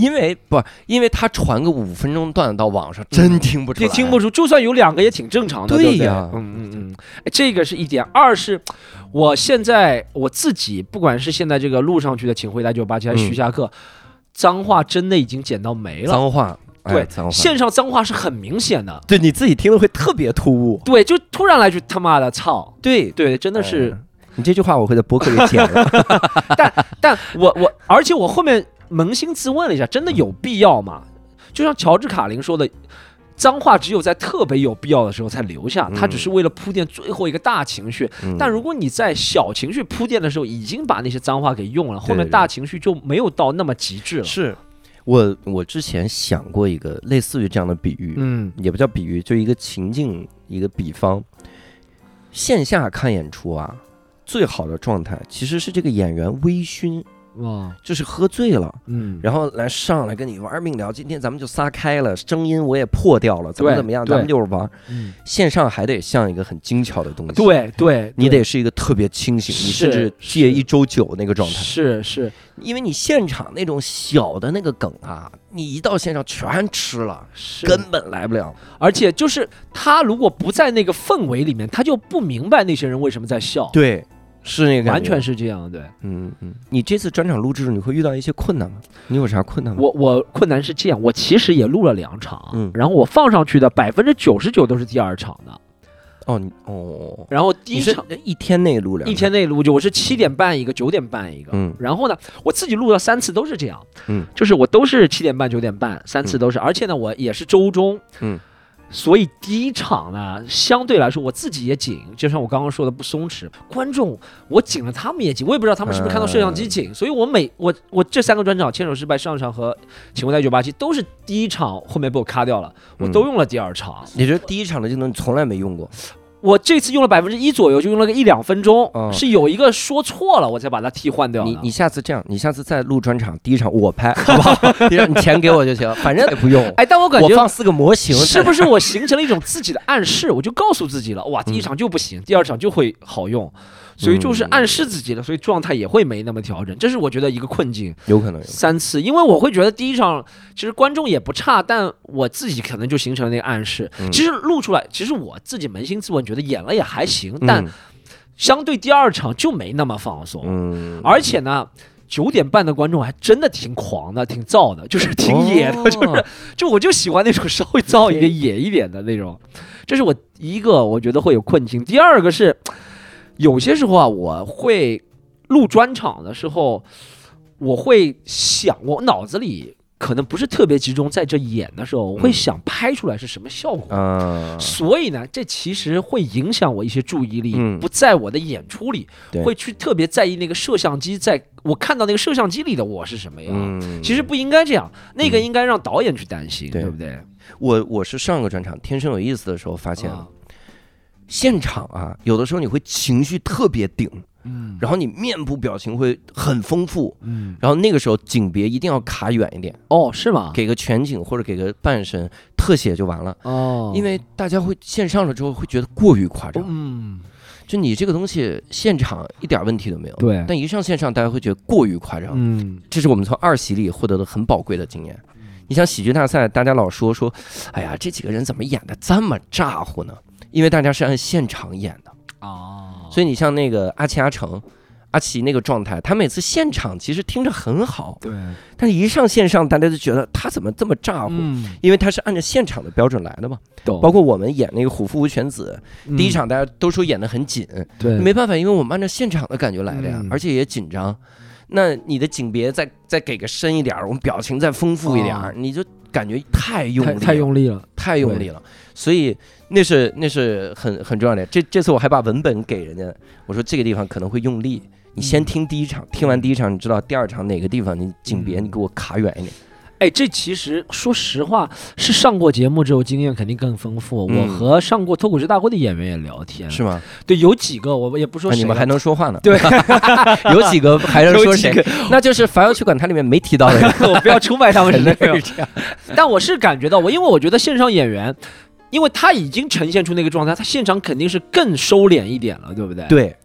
因为不，因为他传个五分钟段到网上，真听不出来， 也听不出，就算有两个也挺正常的， 对呀， 对嗯嗯嗯，这个是一点。二是，我现在我自己，不管是现在这个录上去的，请回答九八七还是徐霞客，嗯、脏话真的已经减到没了。 脏话。 对， 哎、 线上脏话是很明显的， 对你自己听了会特别突兀。 对，就突然来句他妈的操， 对对，真的是、 哎、你这句话我会在博客里剪了。 但但我我，而且我后面扪心自问了一下，真的有必要吗？就像乔治卡林说的，脏话只有在特别有必要的时候才留下，它只是为了铺垫最后一个大情绪。嗯、但如果你在小情绪铺垫的时候已经把那些脏话给用了，后面大情绪就没有到那么极致了。 是。我我之前想过一个类似于这样的比喻，嗯，也不叫比喻，就一个情境，一个比方。线下看演出啊，最好的状态其实是这个演员微醺，哇，就是喝醉了，嗯，然后来上来跟你玩命聊，今天咱们就撒开了，声音我也破掉了，怎么怎么样，咱们就是玩。嗯，线上还得像一个很精巧的东西， 对对， 你得是一个特别清醒，你甚至戒一周酒那个状态， 是是。 因为你现场那种小的那个梗啊，你一到现场全吃了，根本来不了。 而且就是他如果不在那个氛围里面，他就不明白那些人为什么在笑。 对，是那个完全是这样。对， 嗯嗯。你这次专场录制，你会遇到一些困难吗？你有啥困难吗？ 我我困难是这样，我其实也录了两场，嗯，然后我放上去的百分之九十九都是第二场的。 哦，你哦， 然后第一场一天内录两， 一天内录就我是七点半一个，九点半一个，嗯，然后呢，我自己录了三次都是这样，嗯，就是我都是七点半、九点半，三次都是，嗯、而且呢，我也是周中，嗯，所以第一场呢，相对来说我自己也紧，就像我刚刚说的不松弛，观众我紧了，他们也紧，我也不知道他们是不是看到摄像机紧，嗯、所以我每我我这三个专场，牵手失败、上场和请回答一九八七都是第一场后面被我卡掉了，我都用了第二场。 你这第一场的技能你从来没用过？ 我这次用了百分之一左右，就用了个一两分钟，嗯、是有一个说错了，我才把它替换掉。 你你下次这样，你下次再录专场，第一场我拍，好不好？第二你钱给我就行，反正也不用。 哎，但我感觉我放四个模型， 是不是我形成了一种自己的暗示？我就告诉自己了，哇，第一场就不行，嗯、第二场就会好用。所以就是暗示自己了，所以状态也会没那么调整，这是我觉得一个困境。 有可能三次，因为我会觉得第一场其实观众也不差，但我自己可能就形成了那个暗示。嗯、其实录出来，其实我自己扪心自问，觉得演了也还行，嗯、但相对第二场就没那么放松。嗯、而且呢，九点半的观众还真的挺狂的，挺燥的，就是挺野的，哦、就是就我就喜欢那种稍微燥一点、野一点的那种。这是我一个我觉得会有困境。第二个是。有些时候啊，我会录专场的时候，我会想，我脑子里可能不是特别集中在这演的时候，我会想拍出来是什么效果，嗯、所以呢，这其实会影响我一些注意力，嗯、不在我的演出里，会去特别在意那个摄像机，在我看到那个摄像机里的我是什么样。嗯、其实不应该这样，那个应该让导演去担心，嗯、对不对？ 我我是上个专场《天生有意思》的时候发现了。啊现场啊，有的时候你会情绪特别顶，嗯，然后你面部表情会很丰富，嗯，然后那个时候景别一定要卡远一点， 哦，是吗？ 给个全景或者给个半身特写就完了，哦，因为大家会线上了之后会觉得过于夸张，嗯，就你这个东西现场一点问题都没有， 对， 但一上线上大家会觉得过于夸张，嗯，这是我们从二喜里获得的很宝贵的经验。你像喜剧大赛，大家老说说，哎呀，这几个人怎么演的这么咋呼呢？因为大家是按现场演的哦，所以你像那个阿奇阿成、阿奇那个状态，他每次现场其实听着很好，对，但是一上线上，大家就觉得他怎么这么咋呼？嗯、因为他是按照现场的标准来的嘛。包括我们演那个《虎父无犬子》，嗯、第一场大家都说演得很紧，对，没办法，因为我们按照现场的感觉来的呀，嗯、而且也紧张。那你的景别再再给个深一点，我们表情再丰富一点，哦、你就感觉太用力了， 太用力了， 太用力了。所以那是那是很很重要的。这这次我还把文本给人家，我说这个地方可能会用力，你先听第一场，嗯、听完第一场，你知道第二场哪个地方你景别你给我卡远一点。 哎，这其实说实话，是上过节目之后经验肯定更丰富。嗯、我和上过脱口秀大会的演员也聊天，是吗？ 对，有几个我也不说谁、啊， 你们还能说话呢。 对， 有几个还能说谁？那就是凡要去管它里面没提到的人， 我不要出卖他们是那个。但我是感觉到我，因为我觉得线上演员，因为他已经呈现出那个状态，他现场肯定是更收敛一点了，对不对？ 对。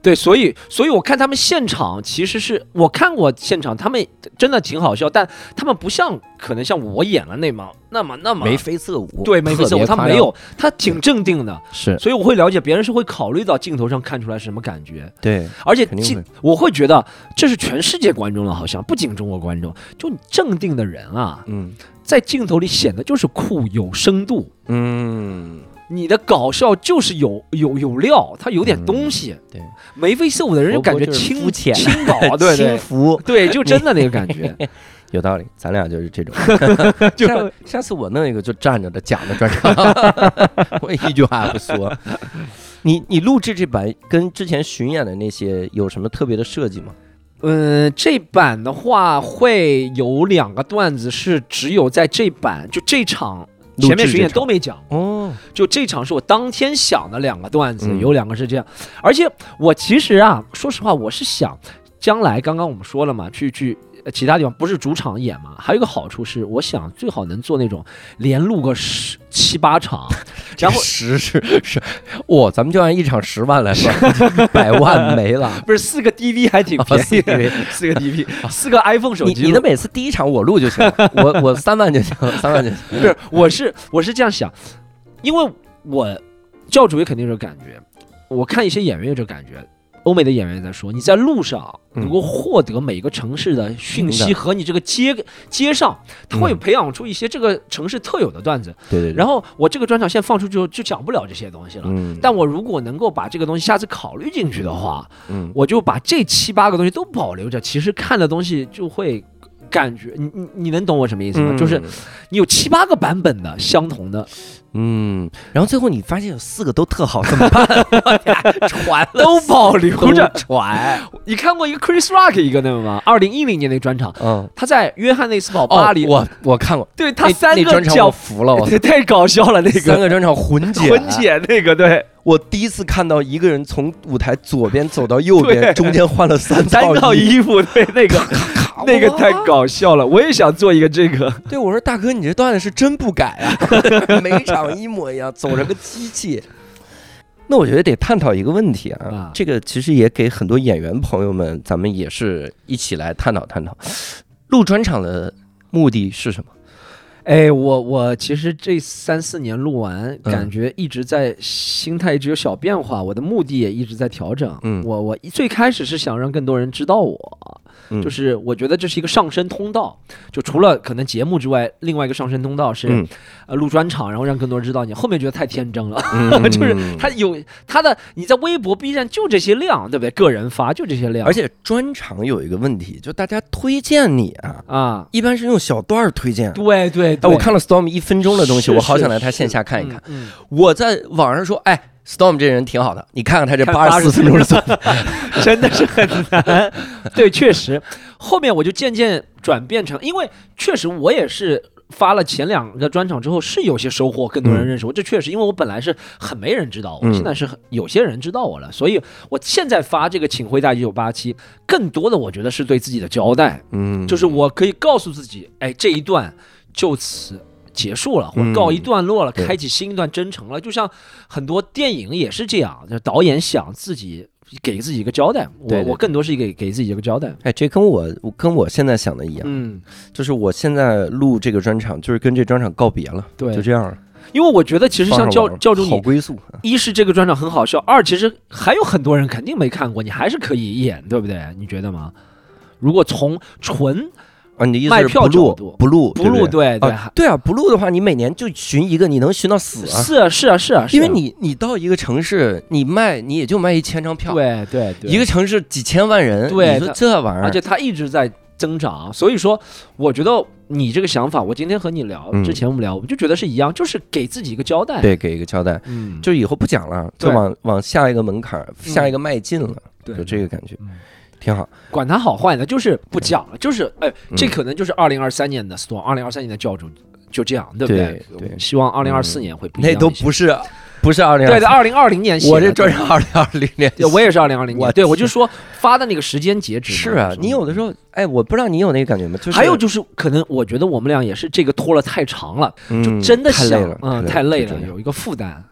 对，所以所以我看他们现场，其实是我看过现场，他们真的挺好笑，但他们不像可能像我演了那么那么那么眉飞色舞， 对，眉飞色舞，他没有，他挺镇定的， 是， 所以我会了解别人是会考虑到镜头上看出来是什么感觉， 对， 而且肯定会我会觉得这是全世界观众了，好像不仅中国观众，就你镇定的人啊， 嗯， 在镜头里显得就是酷有深度， 嗯。 你的搞笑就是有有有料，它有点东西。 嗯、对， 眉飞色舞的人感觉轻肤浅、 轻薄，对对， 轻浮， 对，就真的那个感觉。 有道理，咱俩就是这种。就下下次我弄一个就站着的假的专场，我一句话也不说。你你录制这版跟之前巡演的那些有什么特别的设计吗？ 嗯，这版的话会有两个段子是只有在这版就这场。前面巡演都没讲哦， 就这场是我当天想的两个段子， 嗯、 有两个是这样，而且我其实啊，说实话，我是想将来刚刚我们说了嘛，去去其他地方不是主场演嘛，还有一个好处是，我想最好能做那种连录个十七八场，然后十是是，哇，咱们就按一场十万来算，百万没了， 不是四个 D V 还挺便宜的，四个 D V， 四个 iPhone 手机， 你你的每次第一场我录就行，我我三万就行，三万就行， 不是，我是我是这样想，因为我教主也肯定有这感觉，我看一些演员有这感觉。欧美的演员在说，你在路上能够获得每个城市的讯息和你这个街街上，它会培养出一些这个城市特有的段子。 对对。 然后我这个专场现在放出去就讲不了这些东西了。 嗯。 但我如果能够把这个东西下次考虑进去的话， 嗯， 我就把这七八个东西都保留着，其实看的东西就会。感觉你你你能懂我什么意思吗？嗯、就是你有七八个版本的相同的， 嗯，然后最后你发现有四个都特好，怎么办？传都保留着传。 你看过一个 Chris Rock 一个那个吗？二零一零年那个专场， 嗯， 他在约翰内斯堡巴黎， 哦、我我看过， 对他三个讲服了，我太搞笑了那个三个专场混剪混剪那个，对。 我第一次看到一个人从舞台左边走到右边，中间换了三套套衣服，对，那个那个太搞笑了，我也想做一个这个。 对，我说大哥，你这段子是真不改啊，每场一模一样，走着个机器。那我觉得得探讨一个问题啊，啊这个其实也给很多演员朋友们，咱们也是一起来探讨探讨，录专场的目的是什么？ 哎，我我其实这三四年录完，感觉一直在心态一直有小变化，我的目的也一直在调整。嗯，我我最开始是想让更多人知道我。嗯、就是我觉得这是一个上升通道，就除了可能节目之外，另外一个上升通道是、嗯、呃录专场，然后让更多人知道你。后面觉得太天真了，嗯、就是他有他的你在微博 B 站就这些量，对不对？个人发就这些量， 而且专场有一个问题，就大家推荐你啊啊，一般是用小段推荐。 对对对， 我看了 Storm 一分钟的东西，我好想来他线下看一看。嗯嗯、我在网上说，哎。Storm 这人挺好的，你看看他这八十四分钟的作品， 真的是很难。对，确实，后面我就渐渐转变成，因为确实我也是发了前两个专场之后，是有些收获，更多人认识我。嗯、这确实，因为我本来是很没人知道我，嗯、现在是有些人知道我了，所以我现在发这个请回答一九八七，更多的我觉得是对自己的交代。嗯，就是我可以告诉自己，哎，这一段就此。结束了，或者告一段落了，嗯、开启新一段征程了。就像很多电影也是这样，就导演想自己给自己一个交代。我对对对我更多是给给自己一个交代。 哎，这跟我跟我现在想的一样，嗯，就是我现在录这个专场，就是跟这专场告别了，对，就这样。 因为我觉得其实像教教主你， 好归宿。 一是这个专场很好笑，二其实还有很多人肯定没看过，你还是可以演，对不对？你觉得吗？如果从纯啊，你的意思是不录不录不录对对啊对啊，不录的话，你每年就巡一个，你能巡到死啊？ 是啊是啊是啊， 因为你你到一个城市，你卖你也就卖一千张票， 对对对， 一个城市几千万人， 对， 你说这玩意儿， 而且它一直在增长，所以说我觉得你这个想法，我今天和你聊之前我们聊，我们就觉得是一样，就是给自己一个交代， 对，给一个交代，嗯，就以后不讲了，就往往下一个门槛，下一个迈进了，就这个感觉。挺好， 管它好坏的，就是不讲了，就是哎，这可能就是二零二三年的 Storm， 二零二三年的教主就这样，对不对？对，希望二零二四年会不一样。 那都不是，不是二零对的，二零二零年， 我这专场二零二零年， 我也是二零二零年，对我就说发的那个时间截止。 是啊，你有的时候，哎，我不知道你有那个感觉吗？ 还有就是，可能我觉得我们俩也是这个拖了太长了，就真的想，嗯，太累了，有一个负担。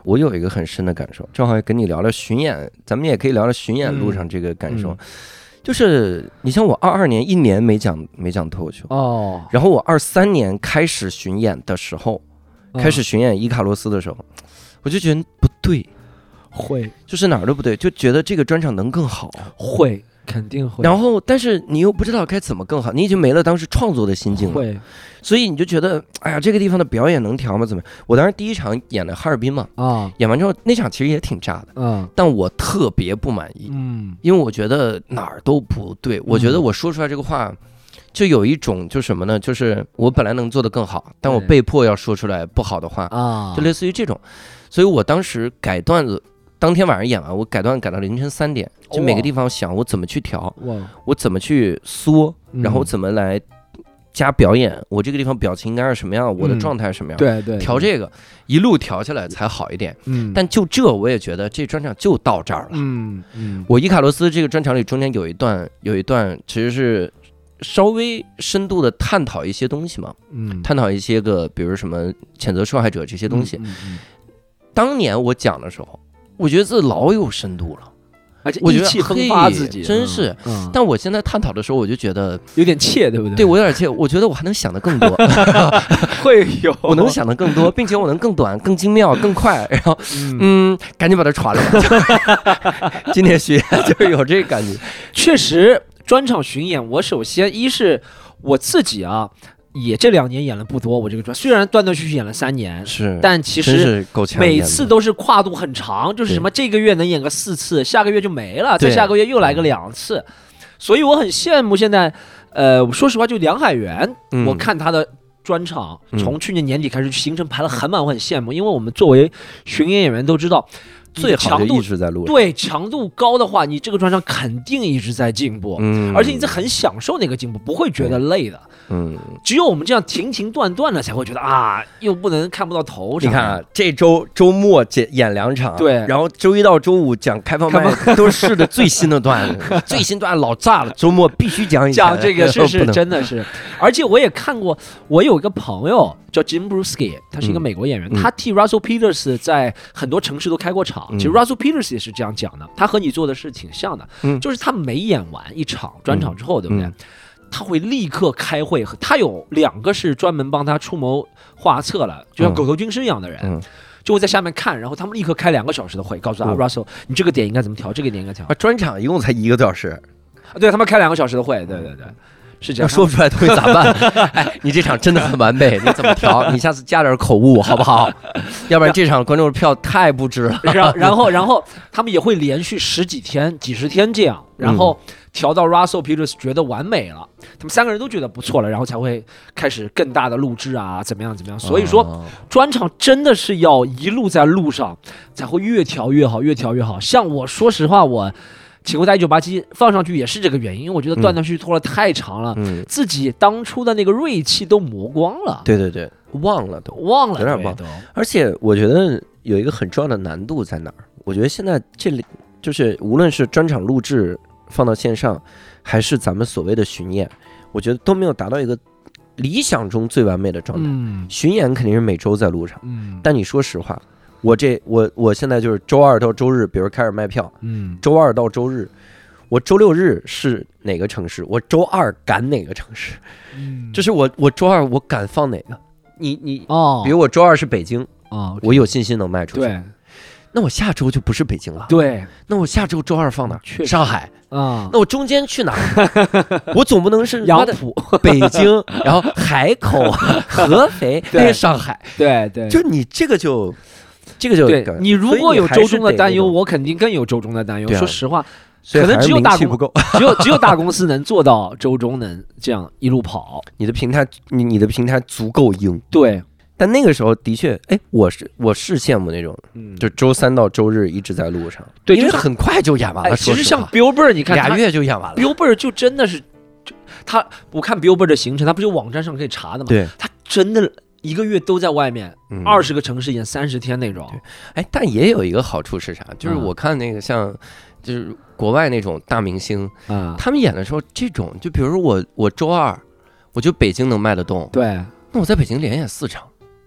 我有一个很深的感受，正好也跟你聊聊巡演，咱们也可以聊聊巡演路上这个感受。嗯嗯、就是你像我二二年一年没讲没讲脱口秀哦，然后我二三年开始巡演的时候，嗯、开始巡演伊卡洛斯的时候，我就觉得不对， 会就是哪儿都不对，就觉得这个专场能更好， 会。肯定会， 然后但是你又不知道该怎么更好，你已经没了当时创作的心境了， 会， 所以你就觉得，哎呀，这个地方的表演能调吗？怎么样？我当时第一场演的哈尔滨嘛，啊，演完之后那场其实也挺炸的，嗯，但我特别不满意，嗯，因为我觉得哪儿都不对，我觉得我说出来这个话，就有一种就什么呢？就是我本来能做得更好，但我被迫要说出来不好的话啊，就类似于这种，所以我当时改段子。当天晚上演完，我改段改到凌晨三点，就每个地方想我怎么去调，我怎么去缩，然后我怎么来加表演，我这个地方表情应该是什么样，我的状态是什么样， 对对， 调这个一路调下来才好一点。嗯，但就这我也觉得这专场就到这儿了。嗯嗯，我伊卡洛斯这个专场里中间有一段有一段其实是稍微深度的探讨一些东西嘛，嗯，探讨一些个比如什么谴责受害者这些东西。嗯嗯，当年我讲的时候。我觉得这老有深度了， 而且意气风发自己， 真是。嗯、但我现在探讨的时候，我就觉得有点怯，对不对？ 对我有点怯，我觉得我还能想得更多， 会有， 我能想得更多，并且我能更短、更精妙、更快。然后，嗯，嗯赶紧把它传了吧。今天巡演就是有这个感觉， 确实，专场巡演，我首先一是我自己啊。也这两年演了不多，我这个专虽然断断续续演了三年， 是， 但其实每次都是跨度很长，就是什么这个月能演个四次，下个月就没了，再下个月又来个两次，所以我很羡慕现在，呃，说实话，就梁海源，嗯、我看他的专场从去年年底开始行程排了很满，我很羡慕，因为我们作为巡演演员都知道。 最好的一直在录， 对，强度高的话，你这个专场肯定一直在进步，嗯，而且你在很享受那个进步，不会觉得累的，嗯，只有我们这样停停断断的才会觉得啊，又不能看不到头。 你看啊，这周周末演两场， 对， 然后周一到周五讲开放麦，都是的最新的段子，最新段老炸了，周末必须讲一讲这个，是是真的是，而且我也看过，我有一个朋友。叫 Jim Brewski， 他是一个美国演员，嗯、他替 Russell Peters 在很多城市都开过场。嗯、其实 Russell Peters 也是这样讲的，他和你做的是挺像的，嗯、就是他每演完一场专场之后，嗯、对不对？嗯、他会立刻开会，他有两个是专门帮他出谋划策了，就像狗头军师一样的人。嗯嗯就会在下面看，然后他们立刻开两个小时的会，告诉他、嗯、Russell， 你这个点应该怎么调，这个点应该调。 啊，专场一共才一个多小时， 对他们开两个小时的会，对对对。是这样， 说不出来东西咋办？哎，你这场真的很完美，你怎么调？你下次加点口误好不好？要不然这场观众票太不值了。 然然后然后他们也会连续十几天、几十天这样，然后调到 Russell Peters 觉得完美了，他们三个人都觉得不错了，然后才会开始更大的录制啊，怎么样怎么样。所以说，专场真的是要一路在路上，才会越调越好，越调越好。像我说实话，我。请回答一九八七放上去也是这个原因，因为我觉得断断续续拖了太长了，嗯、自己当初的那个锐气都磨光了。 对对对，忘了都忘了， 有点忘。而且我觉得有一个很重要的难度在哪儿？我觉得现在这里就是无论是专场录制放到线上，还是咱们所谓的巡演，我觉得都没有达到一个理想中最完美的状态。嗯、巡演肯定是每周在路上，嗯、但你说实话。我这我我现在就是周二到周日，比如开始卖票，嗯，周二到周日，我周六日是哪个城市，我周二赶哪个城市，嗯，就是我我周二我敢放哪个，你你哦，比如我周二是北京啊，我有信心能卖出去， 对， 那我下周就不是北京了， 对， 那我下周周二放哪儿？上海啊， 那我中间去哪儿？我总不能是杨浦、 北京，然后海口、合肥，那是上海， 对对， 就你这个就。这个就对你如果有周中的担忧，我肯定更有周中的担忧。说实话，可能只有大公只有只有大公司能做到周中能这样一路跑。 你的平台，你你的平台足够硬。 对， 但那个时候的确，哎，我是我是羡慕那种，嗯，就周三到周日一直在路上， 对， 因为很快就演完了。 其实像 Billboard， 你看俩月就演完了。 Billboard 就真的是，他我看 Billboard 的行程，他不是有网站上可以查的吗？ 对， 他真的。一个月都在外面，二十个城市演三十天那种。 哎，但也有一个好处是啥？就是我看那个像，就是国外那种大明星，嗯，他们演的时候，这种就比如说我我周二，我就北京能卖得动， 对， 那我在北京连演四场，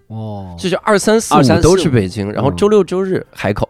哦， 就是二三四五都是北京，然后周六周日海口，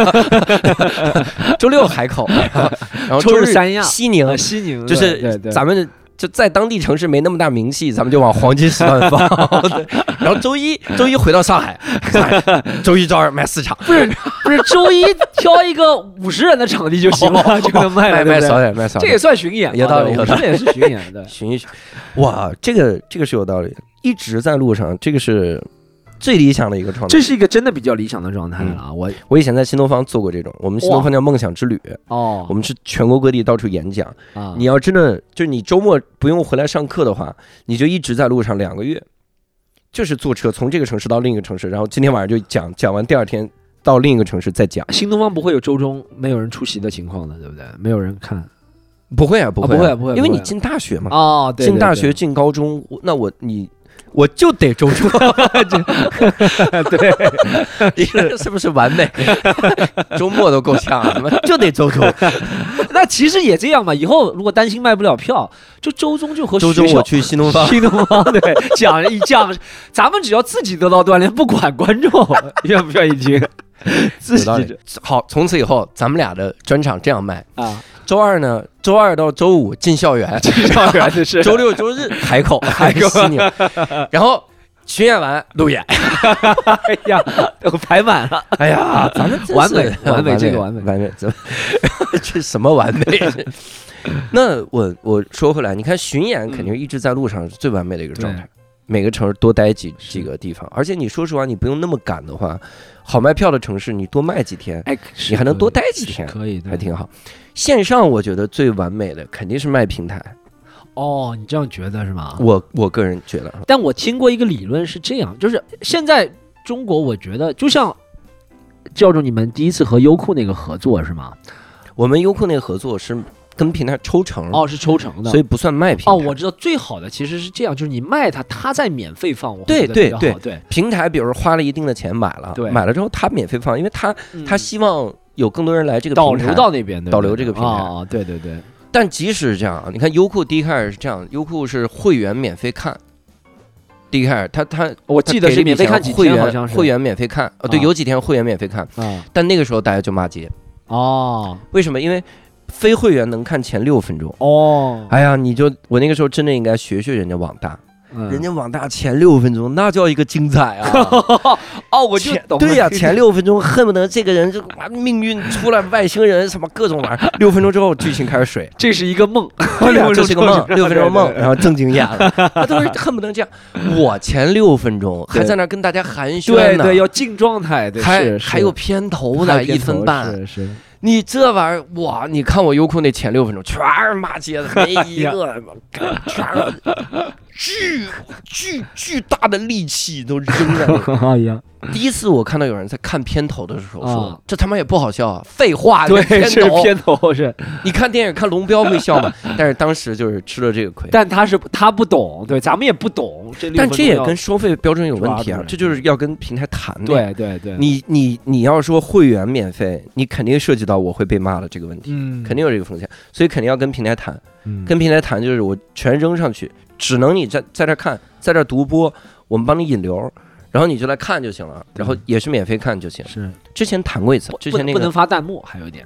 周六海口，然后周日三亚、 西宁， 西宁就是咱们。就在当地城市没那么大名气，咱们就往黄金时段放。然后周一周一回到上海，周一周二卖四场， 不是不是周一挑一个五十人的场地就行了，就能卖了， 卖卖少点，卖少点， 这也算巡演， 有道理，有道理， 这也是巡演的， 巡一巡。哇，这个这个是有道理，一直在路上，这个是最理想的一个状态， 这是一个真的比较理想的状态了、嗯。我我以前在新东方做过这种，我们新东方叫梦想之旅哦， 我们是全国各地到处演讲啊。 你要真的就是你周末不用回来上课的话，你就一直在路上两个月，就是坐车从这个城市到另一个城市，然后今天晚上就讲，讲完第二天到另一个城市再讲。 新东方不会有周中没有人出席的情况的，对不对？没有人看。 不会啊，不会、啊啊，不会、啊，不会、啊， 因为你进大学嘛。 哦，对， 进大学进高中，那我你。我就得周中， 对， 你是是不是完美？周末都够呛，怎么就得周中？ 那其实也这样嘛。以后如果担心卖不了票，就周中就和周中我去新东方， 新东方对讲一讲，咱们只要自己得到锻炼，不管观众愿不愿意听，自己好。从此以后，咱们俩的专场这样卖啊。 周二呢，周二到周五进校园， 进校园的是周六周日海口，海口西宁，然后巡演完路演， 哎呀，都排满了， 哎呀，咱们完美，完美，这个完美， 完美，怎么这什么完美？那我我说回来，你看巡演肯定一直在路上是最完美的一个状态。每个城市多待几几个地方，而且你说实话，你不用那么赶的话，好卖票的城市你多卖几天， 哎， 你还能多待几天， 可以， 还挺好。线上我觉得最完美的肯定是卖平台。 哦，你这样觉得是吗？ 我我个人觉得， 但我听过一个理论是这样，就是现在中国，我觉得就像教主你们第一次和优酷那个合作是吗？ 我们优酷那个合作是。跟平台抽成哦，是抽成的， 所以不算卖平台。 哦，我知道最好的其实是这样，就是你卖它，它再免费放。我对对对对， 平台比如花了一定的钱买了， 对， 买了之后它免费放，因为它它希望有更多人来这个平台导流到那边， 导流这个平台啊，对对对。 但即使这样，你看优酷第一开始是这样，优酷是会员免费看。第一开始，他他我记得是免费看几天， 好像是会员免费看，哦，对，有几天会员免费看，但那个时候大家就骂街哦， 为什么？因为非会员能看前六分钟哦， 哎呀，你就我那个时候真的应该学学人家网大，嗯、人家网大前六分钟那叫一个精彩啊！ 哦，我就懂了。 对呀、啊，前六分钟恨不得这个人就命运出来外星人什么各种玩意儿，六分钟之后剧情开始水， 这是一个梦， 这是个梦，六分钟梦，然后正经演了，他都是恨不得这样。我前六分钟还在那跟大家寒暄呢， 对对，要进状态， 还还有片头呢，一分半。 是是你这玩意儿哇！你看我优酷那前六分钟全是骂街的，没一个全是巨巨巨大的力气都扔在那里。第一次我看到有人在看片头的时候说：“啊、这他妈也不好笑啊！”废话， 对， 片头片头是。 你看电影看龙标会笑吗？但是当时就是吃了这个亏。 但他是他不懂，对，咱们也不懂。这但这也跟收费标准有问题啊！这就是要跟平台谈的。 对对对， 你你你要说会员免费，你肯定涉及到我会被骂的这个问题， 嗯， 肯定有这个风险，所以肯定要跟平台谈。 嗯、 跟平台谈就是我全扔上去，只能你在在这看，在这独播，我们帮你引流。然后你就来看就行了，然后也是免费看就行。 是， 之前谈过一次，之前那个不能发弹幕，还有一点。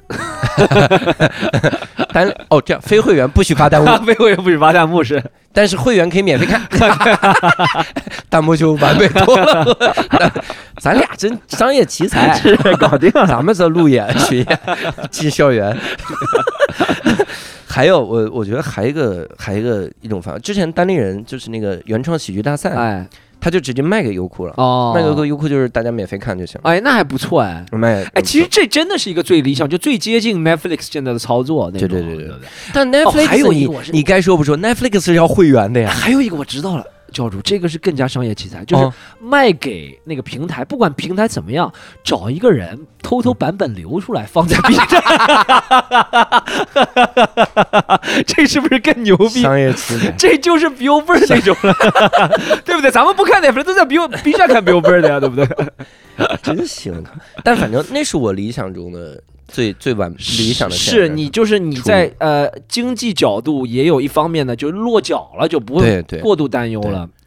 但哦，这样非会员不许发弹幕， 非会员不许发弹幕是， 但是会员可以免费看，弹幕就完美多了。咱俩真商业奇才， 是搞定了。 咱们这路演巡演进校园。还有我，我觉得还有一个，还有一个一种方法，之前单立人就是那个原创喜剧大赛， 哎。 他就直接卖给优酷了， 哦， 卖给优酷就是大家免费看就行。 哎，那还不错哎， 卖哎，其实这真的是一个最理想，就最接近 Netflix 现在的操作那种。 对对对对。但 Netflix、哦、 还有一个你你该说不说 ，Netflix 是要会员的呀。 还有一个我知道了，教主，这个是更加商业奇才，就是卖给那个平台，不管平台怎么样，找一个人偷偷版本流出来放在 B 站，这是不是更牛逼？ 商业奇才， 这就是 Billboard 那种了，对不对？咱们不看 Netflix 都在 B B 站看 Billboard 的呀，对不对？ 真行，但反正那是我理想中的。最最完理想的是你就是你在呃经济角度也有一方面呢，就落脚了，就不会过度担忧了。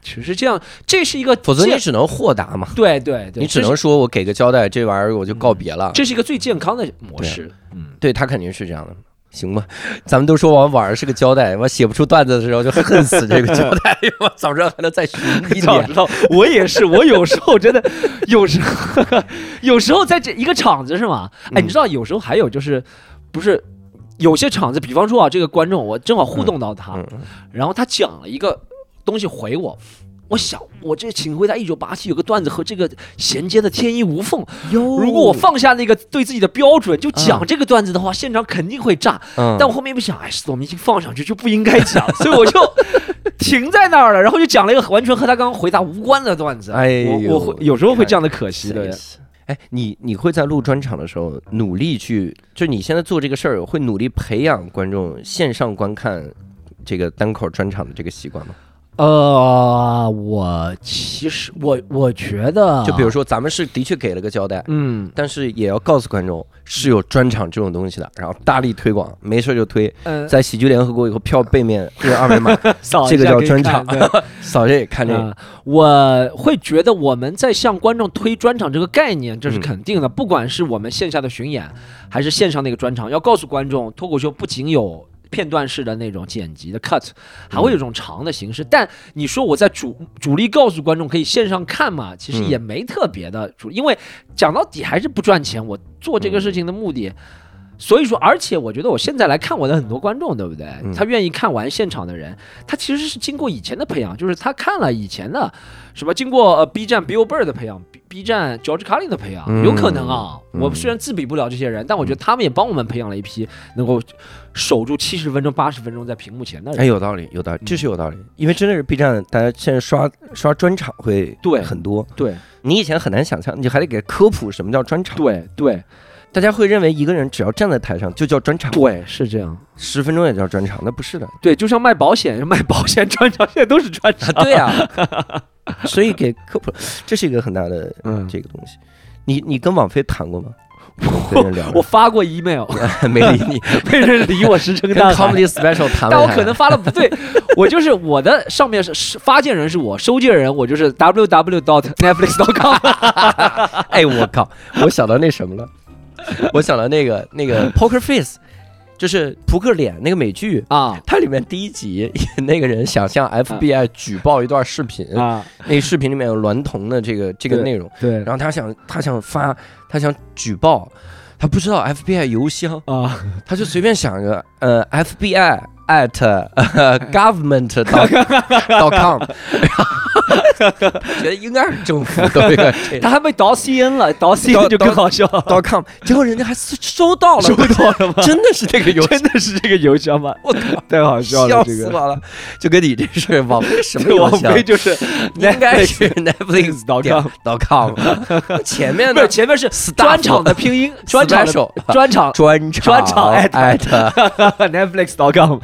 其实这样，这是一个， 否则你只能豁达嘛。 对对对， 你只能说我给个交代，这玩意儿我就告别了。 这是一个最健康的模式。 嗯，对他肯定是这样的。行吧，咱们都说我网上是个交代，我写不出段子的时候就恨死这个交代，我早知道还能再寻一早知道，我也是，我有时候真的，有时候有时候在这一个场子是吗？哎，你知道有时候还有就是，不是有些场子，比方说啊，这个观众我正好互动到他， 嗯嗯、 然后他讲了一个东西回我。我想，我这请回答一九八七有个段子和这个衔接的天衣无缝。如果我放下那个对自己的标准，就讲这个段子的话，嗯、现场肯定会炸。嗯、但我后面不想，哎，我们已经放上去就不应该讲，所以我就停在那儿了，然后就讲了一个完全和他刚刚回答无关的段子。 哎呦， 我我会有时候会这样的可惜的。 哎，你你会在录专场的时候努力去，就你现在做这个事儿，会努力培养观众线上观看这个单口专场的这个习惯吗？ 呃，我其实我我觉得， 就比如说咱们是的确给了个交代，嗯，但是也要告诉观众是有专场这种东西的，然后大力推广，没事就推，嗯、在喜剧联合国以后票背面这个二维码，这个叫专场，扫这看这个、呃。 我会觉得我们在向观众推专场这个概念，这是肯定的，嗯、不管是我们线下的巡演，还是线上那个专场，要告诉观众，脱口秀不仅有片段式的那种剪辑的 cut， 还会有一种长的形式。嗯、但你说我在主主力告诉观众可以线上看嘛，其实也没特别的主，嗯、因为讲到底还是不赚钱。我做这个事情的目的。嗯所以说，而且我觉得我现在来看我的很多观众，对不对？嗯、他愿意看完现场的人，他其实是经过以前的培养，就是他看了以前的，什么经过呃 B 站 Bill Burr 的培养 ，B B 站 George Carlin 的培养，嗯、有可能啊。嗯、我虽然自比不了这些人，但我觉得他们也帮我们培养了一批能够守住七十分钟、八十分钟在屏幕前的人。 哎，有道理，有道理，这是有道理。因为真的是 B 站，大家现在刷刷专场会对很多。 对， 你以前很难想象，你还得给科普什么叫专场。 对对。 大家会认为一个人只要站在台上就叫专场， 对，是这样， 十分钟也叫专场，那不是的。 对，就像卖保险，卖保险专场现在都是专场， 啊对啊。所以给科普，这是一个很大的这个东西。嗯、你你跟网飞谈过吗？ 我, 我发过 email， 没理你， 没人理我，石沉大海。 Comedy Special 谈， 但我可能发的不对，我就是我的上面是发件人是我，收件人我就是 w w w dot netflix dot com。 哎，我靠，我想到那什么了，我想到那个那个 Poker Face。就是扑克脸那个美剧啊，它里面第一集那个人想向 F B I 举报一段视频啊，那个视频里面有娈童的这个这个内容， 对， 然后他想他想发他想举报，他不知道 F B I 邮箱啊，他就随便想个呃 F B I at government dot com， 觉得应该是政府的一个， 他还被导 C N 了，导 C N 就更好笑 dot com， 结果人家还收到了， 收到了吗？ 真的是这个邮， 真的是这个邮箱吗？ 我靠， 太好笑了， 笑死我了！就跟你这是网飞什么邮箱？ 网飞就是应该是 netflix dot com， 前面的前面是专场的拼音，专场专场专场专场 at netflix dot com。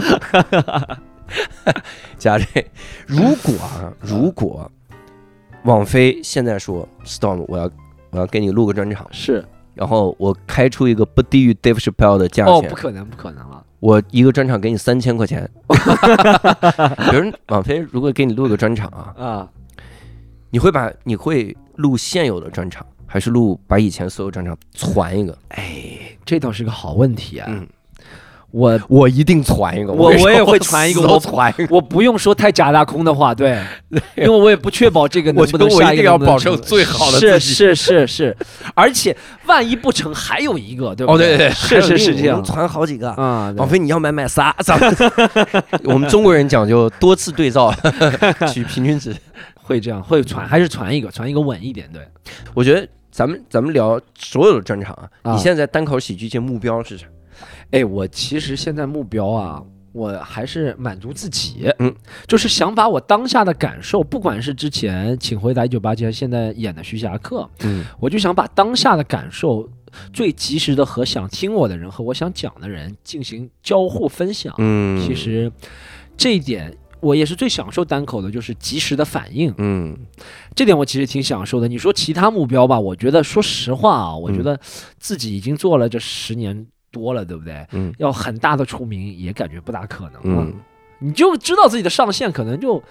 加这，如果啊，如果网飞现在说 Storm， 我要我要给你录个专场， 是， 然后我开出一个不低于 Dave Chappelle 的价钱， 哦，不可能，不可能了， 我一个专场给你三千块钱。比如网飞如果给你录个专场啊，啊，你会把你会录现有的专场，还是录把以前所有专场传一个？ 哎，这倒是个好问题啊。嗯， 我我一定传一个， 我我也会传一个， 我传一个， 我不用说太假大空的话，对，因为我也不确保这个能不能下一个， 我一定要保证最好的自己，是是是是，而且万一不成，还有一个，对吧？ 哦，对对对， 是是是这样， 传好几个啊。网飞你要买买仨，咱们我们中国人讲究多次对照，取平均值， 会这样，会传还是传一个，传一个稳一点，对。 我觉得咱们咱们聊所有的专场啊，你现在单口喜剧界目标是啥？ 哎，我其实现在目标啊，我还是满足自己，嗯，就是想把我当下的感受，不管是之前请回答一九八七，现在演的徐霞客，嗯，我就想把当下的感受最及时的和想听我的人和我想讲的人进行交互分享，嗯，其实这一点我也是最享受单口的，就是及时的反应，嗯，这点我其实挺享受的。你说其他目标吧，我觉得说实话啊，我觉得自己已经做了这十年多了，对不对？嗯，要很大的出名也感觉不大可能了。嗯，你就知道自己的上限可能就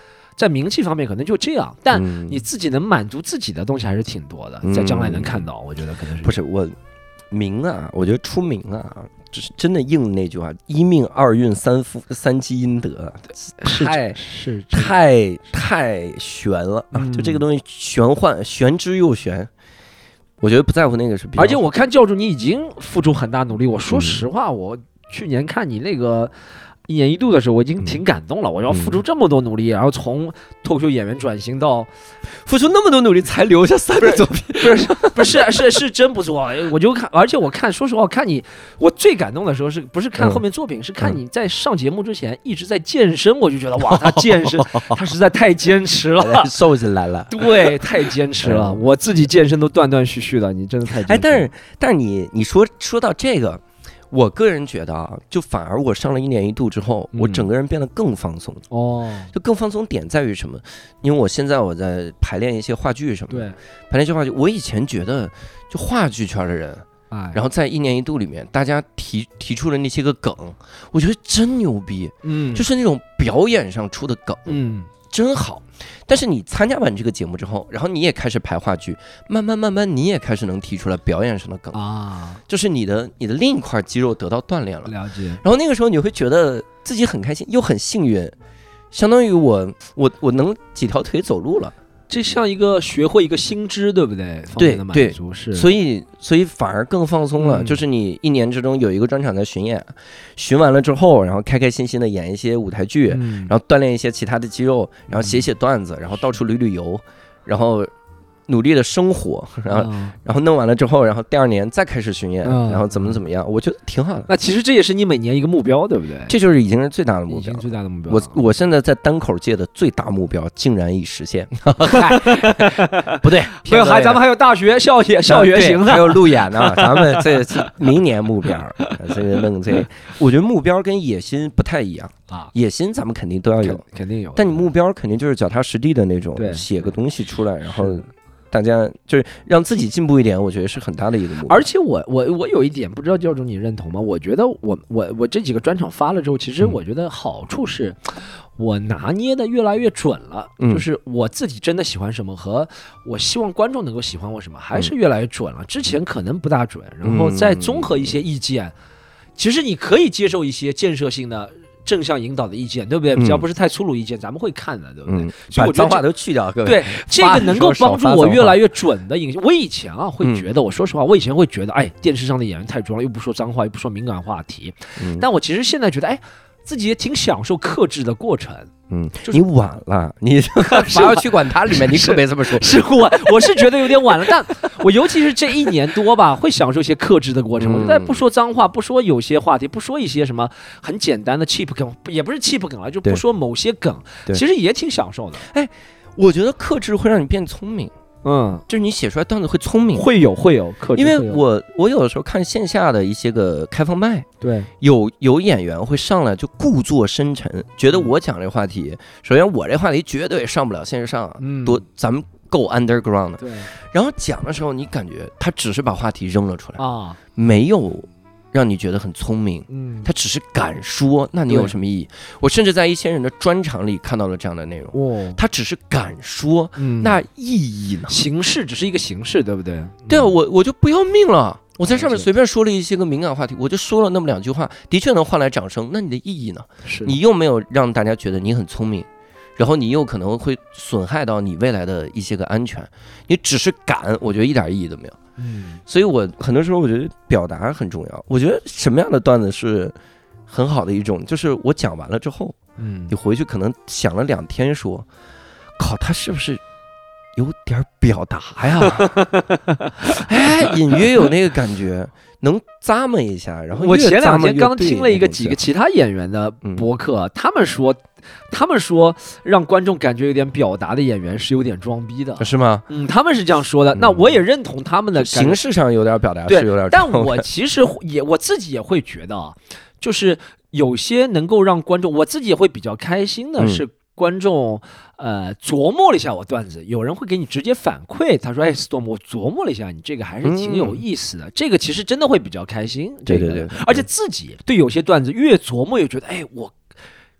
在名气方面可能就这样，但嗯你自己能满足自己的东西还是挺多的，在将来能看到，我觉得可能是不是我名啊，我觉得出名啊，就是真的应那句话，一命二运三福三积阴德，太是太太玄了啊！ 嗯就这个东西玄幻，玄之又玄。我觉得不在乎那个是比较好， 而且我看教主你已经付出很大努力，我说实话，我去年看你那个一年一度的时候，我已经挺感动了。我要付出这么多努力，然后从脱口秀演员转型到付出那么多努力才留下三个作品， 不是不是是是真不错。我就看，而且我看，说实话，看你，我最感动的时候是不是看后面作品，嗯、是看你在上节目之前一直在健身，我就觉得哇，他健身，他实在太坚持了， 瘦下来了， 对，太坚持了。我自己健身都断断续续的，你真的太坚持了。 哎，但是但是你你说说到这个。我个人觉得啊，就反而我上了一年一度之后， 嗯、 我整个人变得更放松哦。 就更放松点在于什么？因为我现在我在排练一些话剧什么的， 对， 排练一些话剧。我以前觉得，就话剧圈的人， 哎、 然后在一年一度里面，大家提提出的那些个梗，我觉得真牛逼， 嗯， 就是那种表演上出的梗， 嗯， 真好。但是你参加完这个节目之后，然后你也开始排话剧，慢慢慢慢你也开始能提出来表演上的梗啊， 就是你的你的另一块肌肉得到锻炼了。 了解。 然后那个时候你会觉得自己很开心，又很幸运，相当于我我我能几条腿走路了。 这像一个学会一个新知，对不对？ 对对， 是， 所以所以反而更放松了。 嗯、 就是你一年之中有一个专场在巡演，巡完了之后，然后开开心心的演一些舞台剧， 嗯、 然后锻炼一些其他的肌肉，然后写写段子，然后到处旅旅游，然后努力的生活，然后、嗯、然后弄完了之后，然后第二年再开始巡演，嗯、然后怎么怎么样，我觉得挺好的。 那其实这也是你每年一个目标，对不对？ 这就是已经是最大的目标， 最大的目标。 我我现在在单口界的最大目标竟然已实现。不对， 没有，还咱们还有大学校学校学型的， 还有路演呢。咱们这明年目标，这个弄这，我觉得目标跟野心不太一样啊。野心咱们肯定都要有， 肯定有。 但你目标肯定就是脚踏实地的那种，写个东西出来，然后。大家就是让自己进步一点，我觉得是很大的一个目标。 而且我我我有一点不知道教主你认同吗？我觉得我我我这几个专场发了之后，其实我觉得好处是，我拿捏的越来越准了， 嗯、 就是我自己真的喜欢什么和我希望观众能够喜欢我什么，还是越来越准了。之前可能不大准，然后再综合一些意见，嗯、其实你可以接受一些建设性的。正向引导的意见，对不对？只要不是太粗鲁意见，咱们会看的，对不对？ 嗯、所以我觉得脏话都去掉，各位。 对，这个能够帮助我越来越准的影响。我以前啊会觉得，嗯、我说实话，我以前会觉得，哎，电视上的演员太装了，又不说脏话，又不说敏感话题。嗯、但我其实现在觉得，哎，自己也挺享受克制的过程。 嗯，就是、你晚了，你还要去管它里面，你可别这么说。 是我，我是觉得有点晚了，但我尤其是这一年多吧，会享受一些克制的过程。我在不说脏话，不说有些话题，不说一些什么很简单的 cheap 梗，也不是 cheap 梗了，就不说某些梗，其实也挺享受的。 哎，我觉得克制会让你变聪明。嗯，就是你写出来段子会聪明， 会有会有克制。 因为我我有的时候看线下的一些个开放麦， 对， 有有演员会上来就故作深沉，觉得我讲这个话题，首先我这话题绝对上不了线上，嗯，多咱们够 underground 的， 对。 然后讲的时候，你感觉他只是把话题扔了出来啊， 没有让你觉得很聪明， 嗯， 他只是敢说，那你有什么意义？我甚至在一些人的专场里看到了这样的内容， 哦， 他只是敢说，嗯，那意义呢？ 形式只是一个形式，对不对？ 对啊，我我就不要命了，我在上面随便说了一些个敏感话题，我就说了那么两句话，的确能换来掌声，那你的意义呢？ 是你又没有让大家觉得你很聪明，然后你又可能会损害到你未来的一些个安全，你只是敢，我觉得一点意义都没有。 嗯， 所以我很多时候我觉得表达很重要。我觉得什么样的段子是很好的一种，就是我讲完了之后， 嗯， 你回去可能想了两天说，说靠，他是不是有点表达呀？哎，隐约有那个感觉，能咂摸一下。然后我前两天刚听了一个几个其他演员的播客， 嗯、 他们说。他们说让观众感觉有点表达的演员是有点装逼的， 是吗？ 嗯，他们是这样说的。嗯、那我也认同他们的形式上有点表达， 对， 是有点。 但我其实也我自己也会觉得啊，就是有些能够让观众，我自己也会比较开心的是。观众呃琢磨了一下我段子，有人会给你直接反馈，他说：“哎 ，Storm， 我琢磨了一下，你这个还是挺有意思的。嗯”这个其实真的会比较开心。 对对对， 而且自己对有些段子越琢磨越觉得，哎，我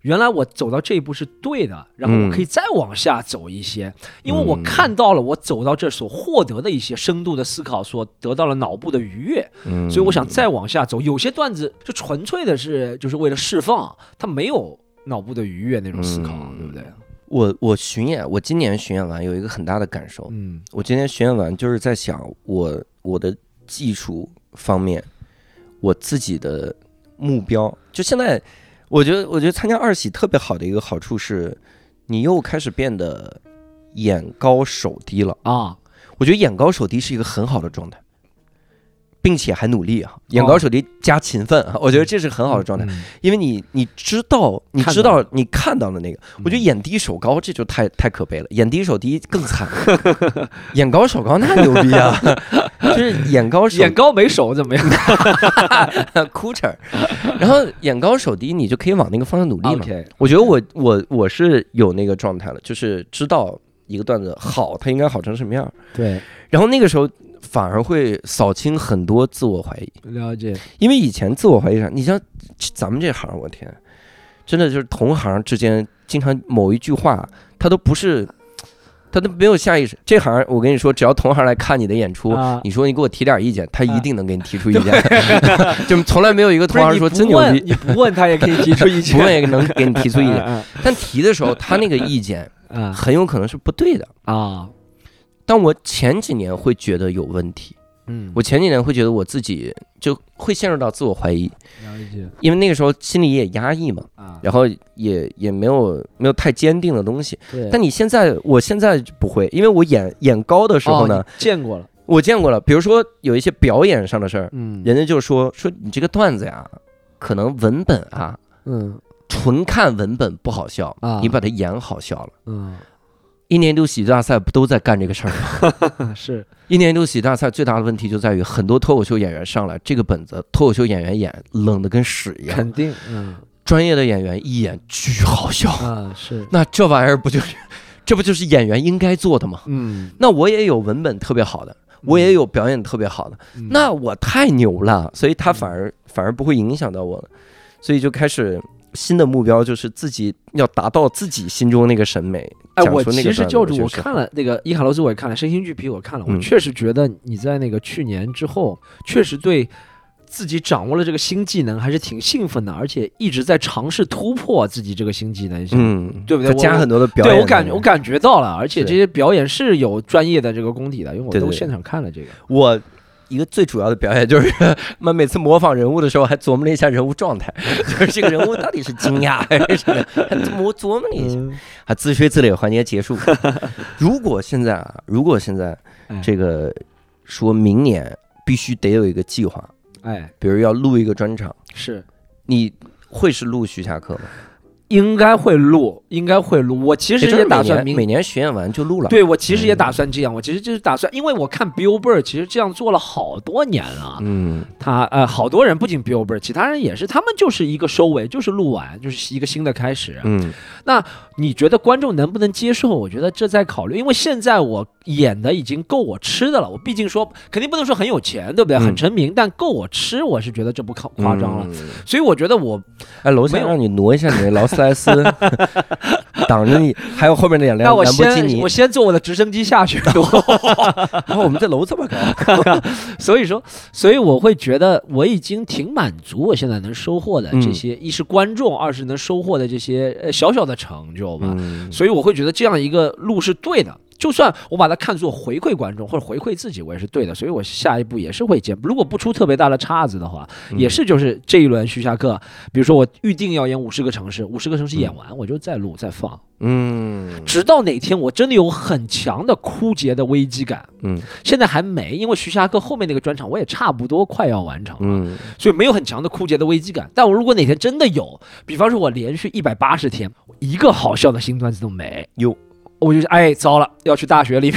原来我走到这一步是对的，然后我可以再往下走一些，嗯、因为我看到了我走到这所获得的一些深度的思考，所得到了脑部的愉悦，嗯、所以我想再往下走。有些段子就纯粹的是就是为了释放，它没有脑部的愉悦那种思考，嗯、对不对？ 我我巡演，我今年巡演完有一个很大的感受，嗯，我今年巡演完就是在想我我的技术方面，我自己的目标，就现在。我觉得，我觉得参加二喜特别好的一个好处是，你又开始变得眼高手低了啊！我觉得眼高手低是一个很好的状态，并且还努力啊，眼高手低加勤奋啊，我觉得这是很好的状态，因为你你知道，你知道你看到的那个，我觉得眼低手高这就太太可悲了，眼低手低更惨，眼高手高那牛逼啊！就是眼高手眼高没手怎么样？ 哭哧，然后眼高手低，你就可以往那个方向努力嘛。Okay. 我觉得我我我是有那个状态了，就是知道一个段子好，它应该好成什么样。 对， 然后那个时候反而会扫清很多自我怀疑。 了解， 因为以前自我怀疑上，你像咱们这行，我天，真的就是同行之间经常某一句话，它都不是。他都没有下意识，这行我跟你说，只要同行来看你的演出，啊、你说你给我提点意见，他一定能给你提出意见，啊、就从来没有一个同行说真牛逼， 你不问他也可以提出意见， 不问也能给你提出意见，但提的时候他那个意见很有可能是不对的啊。但我前几年会觉得有问题，嗯，我前几年会觉得我自己就会陷入到自我怀疑，因为那个时候心里也压抑嘛，啊、然后也也没有没有太坚定的东西。但你现在，我现在不会，因为我演演高的时候呢，哦、 见过了， 我见过了。比如说有一些表演上的事儿，嗯，人家就说说你这个段子呀，可能文本啊，嗯，纯看文本不好笑，啊、你把它演好笑了，嗯。一年一度喜剧大赛不都在干这个事儿吗？ 是一年一度喜剧大赛最大的问题就在于很多脱口秀演员上来，这个本子脱口秀演员演冷的跟屎一样， 肯定，嗯， 专业的演员一演巨好笑啊，是， 那这玩意儿不就是这不就是演员应该做的吗？嗯，那我也有文本特别好的，我也有表演特别好的，嗯、那我太牛了，所以他反而、嗯、反而不会影响到我了，所以就开始。新的目标就是自己要达到自己心中那个审美。 哎，我其实教主，我看了那个伊卡洛斯，我也看了，身心俱疲我看了，我确实觉得你在那个去年之后，确实对自己掌握了这个新技能，还是挺兴奋的，而且一直在尝试突破自己这个新技能，嗯，对不对？ 加很多的表演， 对我感觉我感觉到了，而且这些表演是有专业的这个功底的，因为我都现场看了这个， 我。一个最主要的表演就是，我每次模仿人物的时候还琢磨了一下人物状态，就是这个人物到底是惊讶还是什么，还琢磨了一下，还自吹自擂环节结束。如果现在啊，如果现在这个说明年必须得有一个计划，哎，比如要录一个专场， 是， 你会是录徐霞客吗？ 应该会录，应该会录。我其实也打算明每年巡演完就录了。 对，我其实也打算这样。嗯、我其实就是打算，因为我看 Bill Burr 其实这样做了好多年了。嗯，他呃，好多人不仅 Bill Burr， 其他人也是，他们就是一个收尾，就是录完，就是一个新的开始。嗯，那你觉得观众能不能接受？我觉得这在考虑，因为现在我演的已经够我吃的了。我毕竟说肯定不能说很有钱，对不对？很成名，嗯、但够我吃，我是觉得这不夸夸张了。嗯、所以我觉得我， 哎，楼下让你挪一下你的劳斯莱斯。挡着你，还有后面那两辆兰博基尼。 我先坐我的直升机下去。 然后我们这楼这么高， 所以说，所以我会觉得我已经挺满足，我现在能收获的这些，嗯、一是观众，二是能收获的这些小小的成就吧。嗯、所以我会觉得这样一个路是对的。就算我把它看作回馈观众或者回馈自己，我也是对的，所以我下一步也是会接。如果不出特别大的岔子的话，嗯、也是就是这一轮徐霞客，比如说我预定要演五十个城市，五十个城市演完，嗯、我就再录再放，嗯，直到哪天我真的有很强的枯竭的危机感，嗯，现在还没，因为徐霞客后面那个专场我也差不多快要完成了，嗯，所以没有很强的枯竭的危机感。但我如果哪天真的有，比方说我连续一百八十天一个好笑的新段子都没有。我就哎，糟了，要去大学里面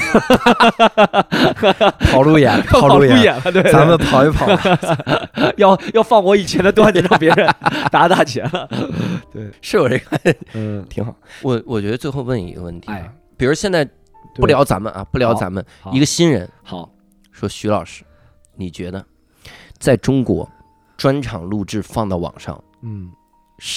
跑路演，跑路演了，对， 咱们跑一跑， 要要放我以前的段子让别人打打钱了。 对，是我这个，嗯，挺好。我我觉得最后问一个问题，哎，比如现在不聊咱们啊，不聊咱们，一个新人， 好， 说徐老师，你觉得在中国专场录制放到网上，嗯，是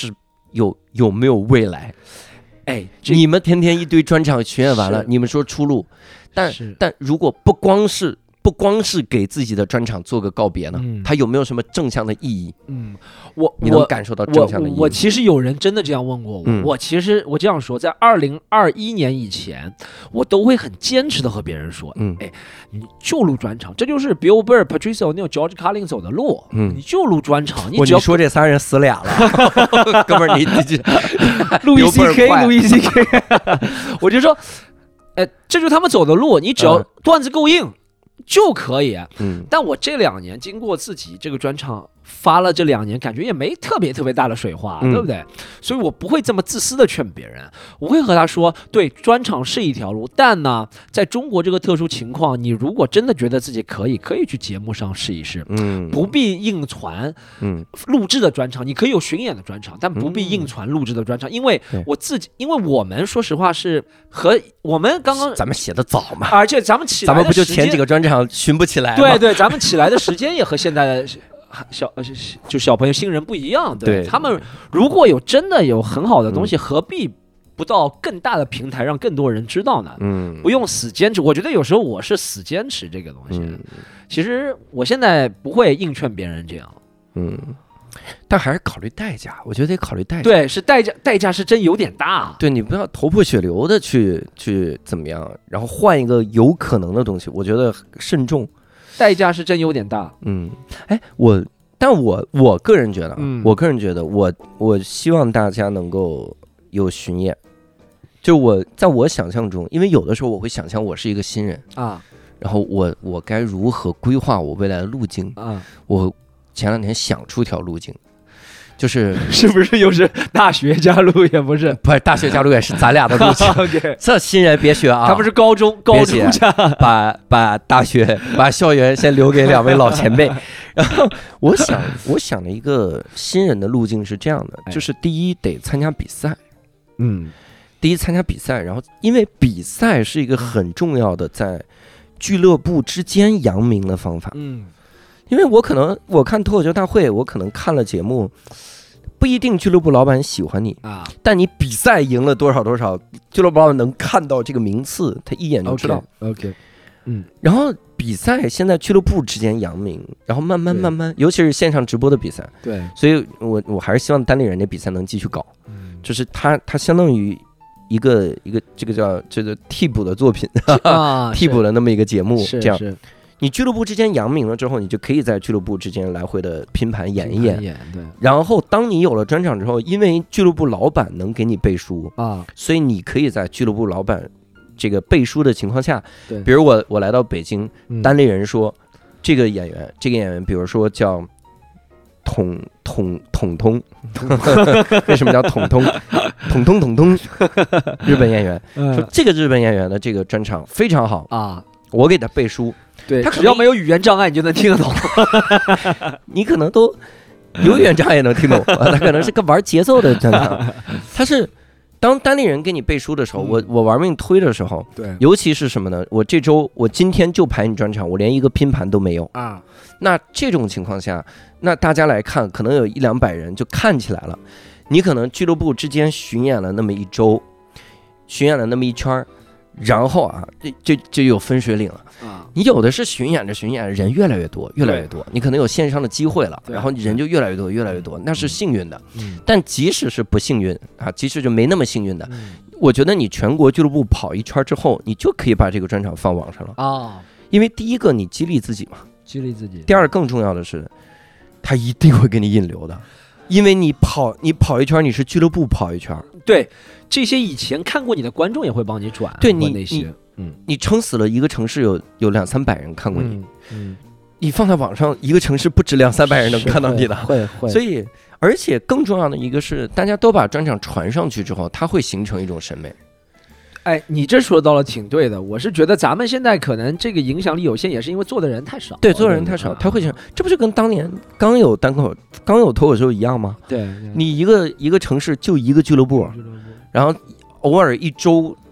有有没有未来？ 哎， 你们天天一堆专场巡演完了，你们说出路，但但如果不光是不光是给自己的专场做个告别呢，嗯、它有没有什么正向的意义？ 嗯，我你能感受到正向的意义我。我其实有人真的这样问过我，嗯、我其实我这样说，在二零二一年以前，我都会很坚持的和别人说，嗯，哎，你就录专场，这就是 Bill Burr、Patrice O'Neal、George Carlin 走的路，嗯，你就录专场，你只要你说这仨人死俩了，哥们儿，你你路易 C K， 路易 C K， 我就说，哎，这就是他们走的路，你只要段子够硬。嗯就可以，嗯，但我这两年经过自己这个专场发了这两年，感觉也没特别特别大的水花，嗯、对不对？所以我不会这么自私的劝别人，我会和他说，对，专场是一条路，但呢，在中国这个特殊情况，你如果真的觉得自己可以，可以去节目上试一试，嗯，不必硬传，嗯，录制的专场，你可以有巡演的专场，但不必硬传录制的专场，因为我自己，因为我们说实话是和我们刚刚咱们写的早嘛， 而且咱们起来的咱们不就前几个专场巡不起来吗？ 对对，咱们起来的时间也和现在的小就小朋友新人不一样，对，对他们如果有真的有很好的东西，嗯、何必不到更大的平台让更多人知道呢？嗯，不用死坚持。我觉得有时候我是死坚持这个东西。嗯、其实我现在不会硬劝别人这样。 嗯，但还是考虑代价，我觉得得考虑代价。 对，是代价，代价是真有点大。 对，你不要头破血流的去去怎么样，然后换一个有可能的东西，我觉得慎重。 代价是真有点大。 嗯，哎，我，但我我个人觉得，嗯、我个人觉得我，我我希望大家能够有巡演。就我在我想象中，因为有的时候我会想象我是一个新人啊，然后我我该如何规划我未来的路径啊？我前两天想出一条路径。就是是不是又是大学加路也不是， 不是大学加路也是咱俩的路径。 okay. 这新人别学啊， 他们是高中高中加， 把把大学把校园先留给两位老前辈。然后我想我想的一个新人的路径是这样的，就是第一得参加比赛，嗯，第一参加比赛，然后因为比赛是一个很重要的在俱乐部之间扬名的方法，嗯。因为我可能我看脱口秀大会，我可能看了节目，不一定俱乐部老板喜欢你啊，但你比赛赢了多少多少，俱乐部老板能看到这个名次，他一眼就知道。 OK，, okay 嗯，然后比赛现在俱乐部之间扬名，然后慢慢慢慢，尤其是线上直播的比赛， 对， 所以我我还是希望单立人的比赛能继续搞，嗯，就是他他相当于一个一个这个叫这个替补的作品啊，替补的那么一个节目，这样。是你俱乐部之间扬名了之后，你就可以在俱乐部之间来回的拼盘演一演， 对。 然后当你有了专场之后，因为俱乐部老板能给你背书啊，所以你可以在俱乐部老板这个背书的情况下，对。比如我我来到北京，嗯、单立人说这个演员，这个演员，比如说叫统统统通，为什么叫统通？统通统通，日本演员、嗯、说这个日本演员的这个专场非常好啊，我给他背书。 对，他只要没有语言障碍，你就能听得懂。 你可能都有语言障碍也能听懂，他可能是个玩节奏的专场。他是当单立人给你背书的时候，我我玩命推的时候，对，尤其是什么呢？我这周我今天就排你专场，我连一个拼盘都没有啊。那这种情况下，那大家来看，可能有一两百人就看起来了。你可能俱乐部之间巡演了那么一周，巡演了那么一圈，然后啊，这这就有分水岭了。你有的是巡演着巡演，人越来越多，越来越多，你可能有线上的机会了，然后人就越来越多，越来越多，那是幸运的。但即使是不幸运啊，即使就没那么幸运的，我觉得你全国俱乐部跑一圈之后，你就可以把这个专场放网上了啊。因为第一个你激励自己嘛， 激励自己。 第二更重要的是，他一定会给你引流的，因为你跑你跑一圈，你是俱乐部跑一圈， 对。这些以前看过你的观众也会帮你转， 对你那些， 嗯，你撑死了一个城市有有两三百人看过你，嗯，嗯你放在网上，一个城市不止两三百人能看到你的， 会会。 所以，而且更重要的一个是，大家都把专场传上去之后，它会形成一种审美。 哎，你这说到了挺对的，我是觉得咱们现在可能这个影响力有限，也是因为做的人太少。 对，做的人太少，他会想，这不是跟当年刚有单口、刚有脱口秀一样吗？ 对， 你一个一个城市就一个俱乐部。然后偶尔一周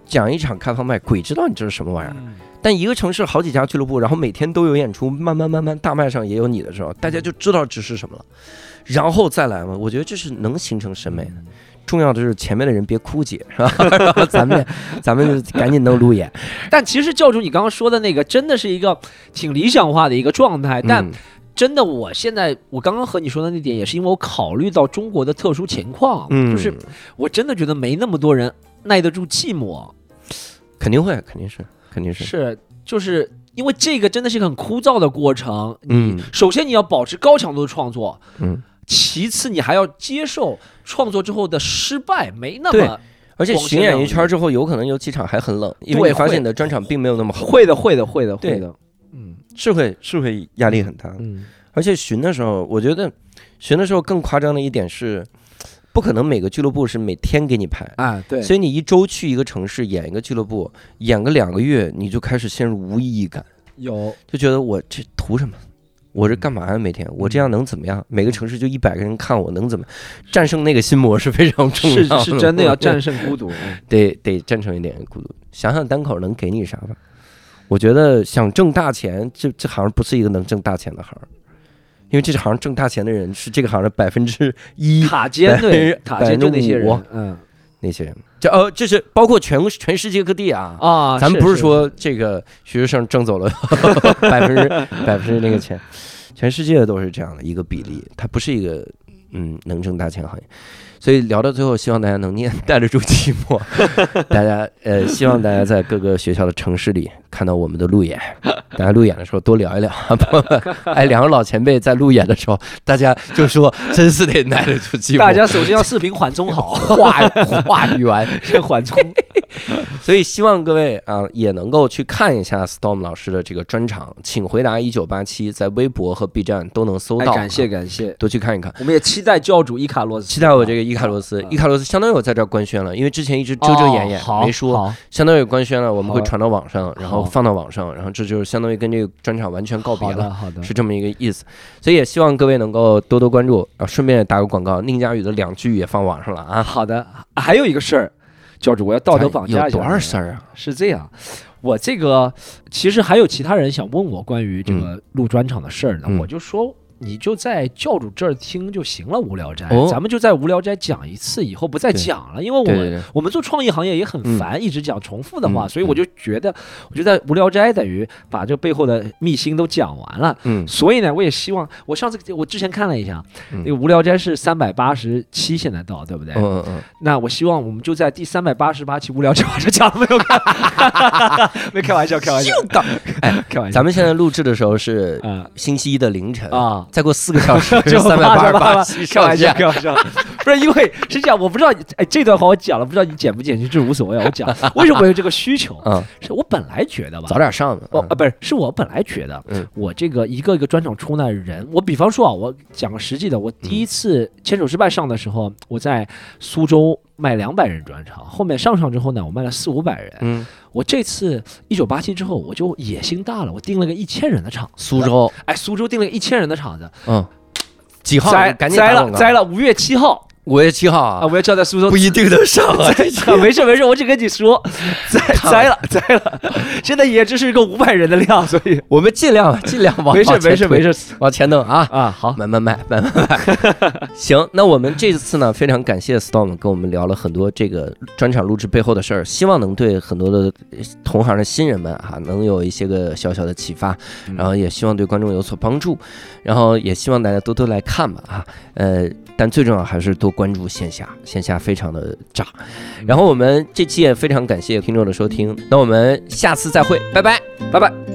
讲一场开放麦，鬼知道你这是什么玩意儿。 嗯但一个城市好几家俱乐部，然后每天都有演出，慢慢慢慢大麦上也有你的时候，大家就知道这是什么了，然后再来嘛，我觉得这是能形成审美的。重要的是前面的人别枯竭，是吧？然后咱们咱们就赶紧能路演。 但其实教主你刚刚说的那个真的是一个挺理想化的一个状态，但嗯真的我现在我刚刚和你说的那点也是因为我考虑到中国的特殊情况， 嗯， 就是我真的觉得没那么多人耐得住寂寞， 肯定会，肯定是，肯定是， 是就是因为这个真的是一个很枯燥的过程。 嗯你首先你要保持高强度的创作， 嗯， 其次你还要接受创作之后的失败，没那对么。 而且巡演一圈之后，有可能有几场还很冷，因为你发现你的专场并没有那么好。 会的，会的，会的， 对会的，嗯是会是会压力很大。 嗯， 而且巡的时候，我觉得巡的时候更夸张的一点是，不可能每个俱乐部是每天给你排。 啊，对， 所以你一周去一个城市演一个俱乐部，演个两个月，你就开始陷入无意义感， 有就觉得我这图什么？我这干嘛呀？每天我这样能怎么样？每个城市就一百个人看我，能怎么战胜那个心魔是非常重要的。 是是真的要战胜孤独， 得得战胜一点孤独。想想单口能给你啥吧？我觉得想挣大钱，这这行不是一个能挣大钱的行，因为这行挣大钱的人是这个行的百分之一， 塔尖对塔尖就那些百分之五人，嗯那些人，这呃，这是包括全全世界各地啊。 啊， 咱们不是是说这个学生挣走了百分之百分之那个钱，全世界都是这样的一个比例，它不是一个嗯能挣大钱行业。所以聊到最后，希望大家能念耐得住寂寞，大家呃，希望大家在各个学校的城市里看到我们的路演，大家路演的时候多聊一聊。哎，两个老前辈在路演的时候，大家就说真是得耐得住寂寞。 大家首先要视频缓冲好， 话话语完先缓冲。 所以希望各位啊也能够去看一下 Storm 老师的这个专场，请回答一九八七，在微博和 B 站都能搜到。 哎，感谢感谢， 多去看一看。 我们也期待教主伊卡洛斯， 期待我这个伊卡洛斯，伊卡洛斯相当于我在这儿官宣了，因为之前一直遮遮掩掩、 哦、 没说， 好相当于官宣了，我们会传到网上，然后好放到网上，然后这就是相当于跟这个专场完全告别了， 好的好的， 是这么一个意思。所以也希望各位能够多多关注啊，顺便打个广告，宁佳宇的两句也放网上了啊。 好的，还有一个事儿，教主我要道德绑架一下。 有多少事儿啊？ 是这样。我这个其实还有其他人想问我关于这个录专场的事儿呢， 嗯、 我就说你就在教主这儿听就行了，无聊斋， 哦、 咱们就在无聊斋讲一次，以后不再讲了，因为我们对对对我们做创意行业也很烦，嗯、一直讲重复的话， 嗯、 所以我就觉得，我就在无聊斋等于把这背后的秘辛都讲完了， 嗯， 所以呢，我也希望我上次我之前看了一下，嗯、那个无聊斋是三百八十七现在到，对不对？ 嗯嗯嗯。 那我希望我们就在第三百八十八期无聊斋就讲了没有看？没开玩笑，开玩笑。 哎，开玩笑。咱们现在录制的时候是星期一的凌晨啊，再过四个小时就三百八十八期， 开玩笑，开玩笑。不是因为是这样，我不知道，哎，这段话我讲了，不知道你剪不剪辑，这无所谓。我讲为什么我有这个需求？嗯，是我本来觉得吧， 早点上的。 哦啊，不是，是我本来觉得，嗯，我这个一个一个专场出来的人，我比方说啊，我讲个实际的，我第一次牵手失败上的时候，我在苏州卖两百人专场，后面上场之后呢，我卖了四五百人。嗯，我这次一九八七之后，我就野心大了，我定了个一千人的场， 苏州， 哎，苏州定了个一千人的场子， 嗯，几号？ 摘摘了，摘了，五月七号。 五月七号啊， 五月七号在苏州不一定能上啊。 没事没事，我只跟你说，摘摘了摘了，现在也只是一个五百人的量，所以我们尽量尽量往没事没事没事往前弄啊啊，好， 慢慢卖慢慢卖。行，那我们这次呢，非常感谢 Storm 跟我们聊了很多这个专场录制背后的事儿，希望能对很多的同行的新人们啊，能有一些个小小的启发，然后也希望对观众有所帮助，然后也希望大家多多来看吧啊，呃，但最重要还是多关注线下，线下非常的炸。然后我们这期也非常感谢听众的收听，那我们下次再会，拜拜， 拜拜。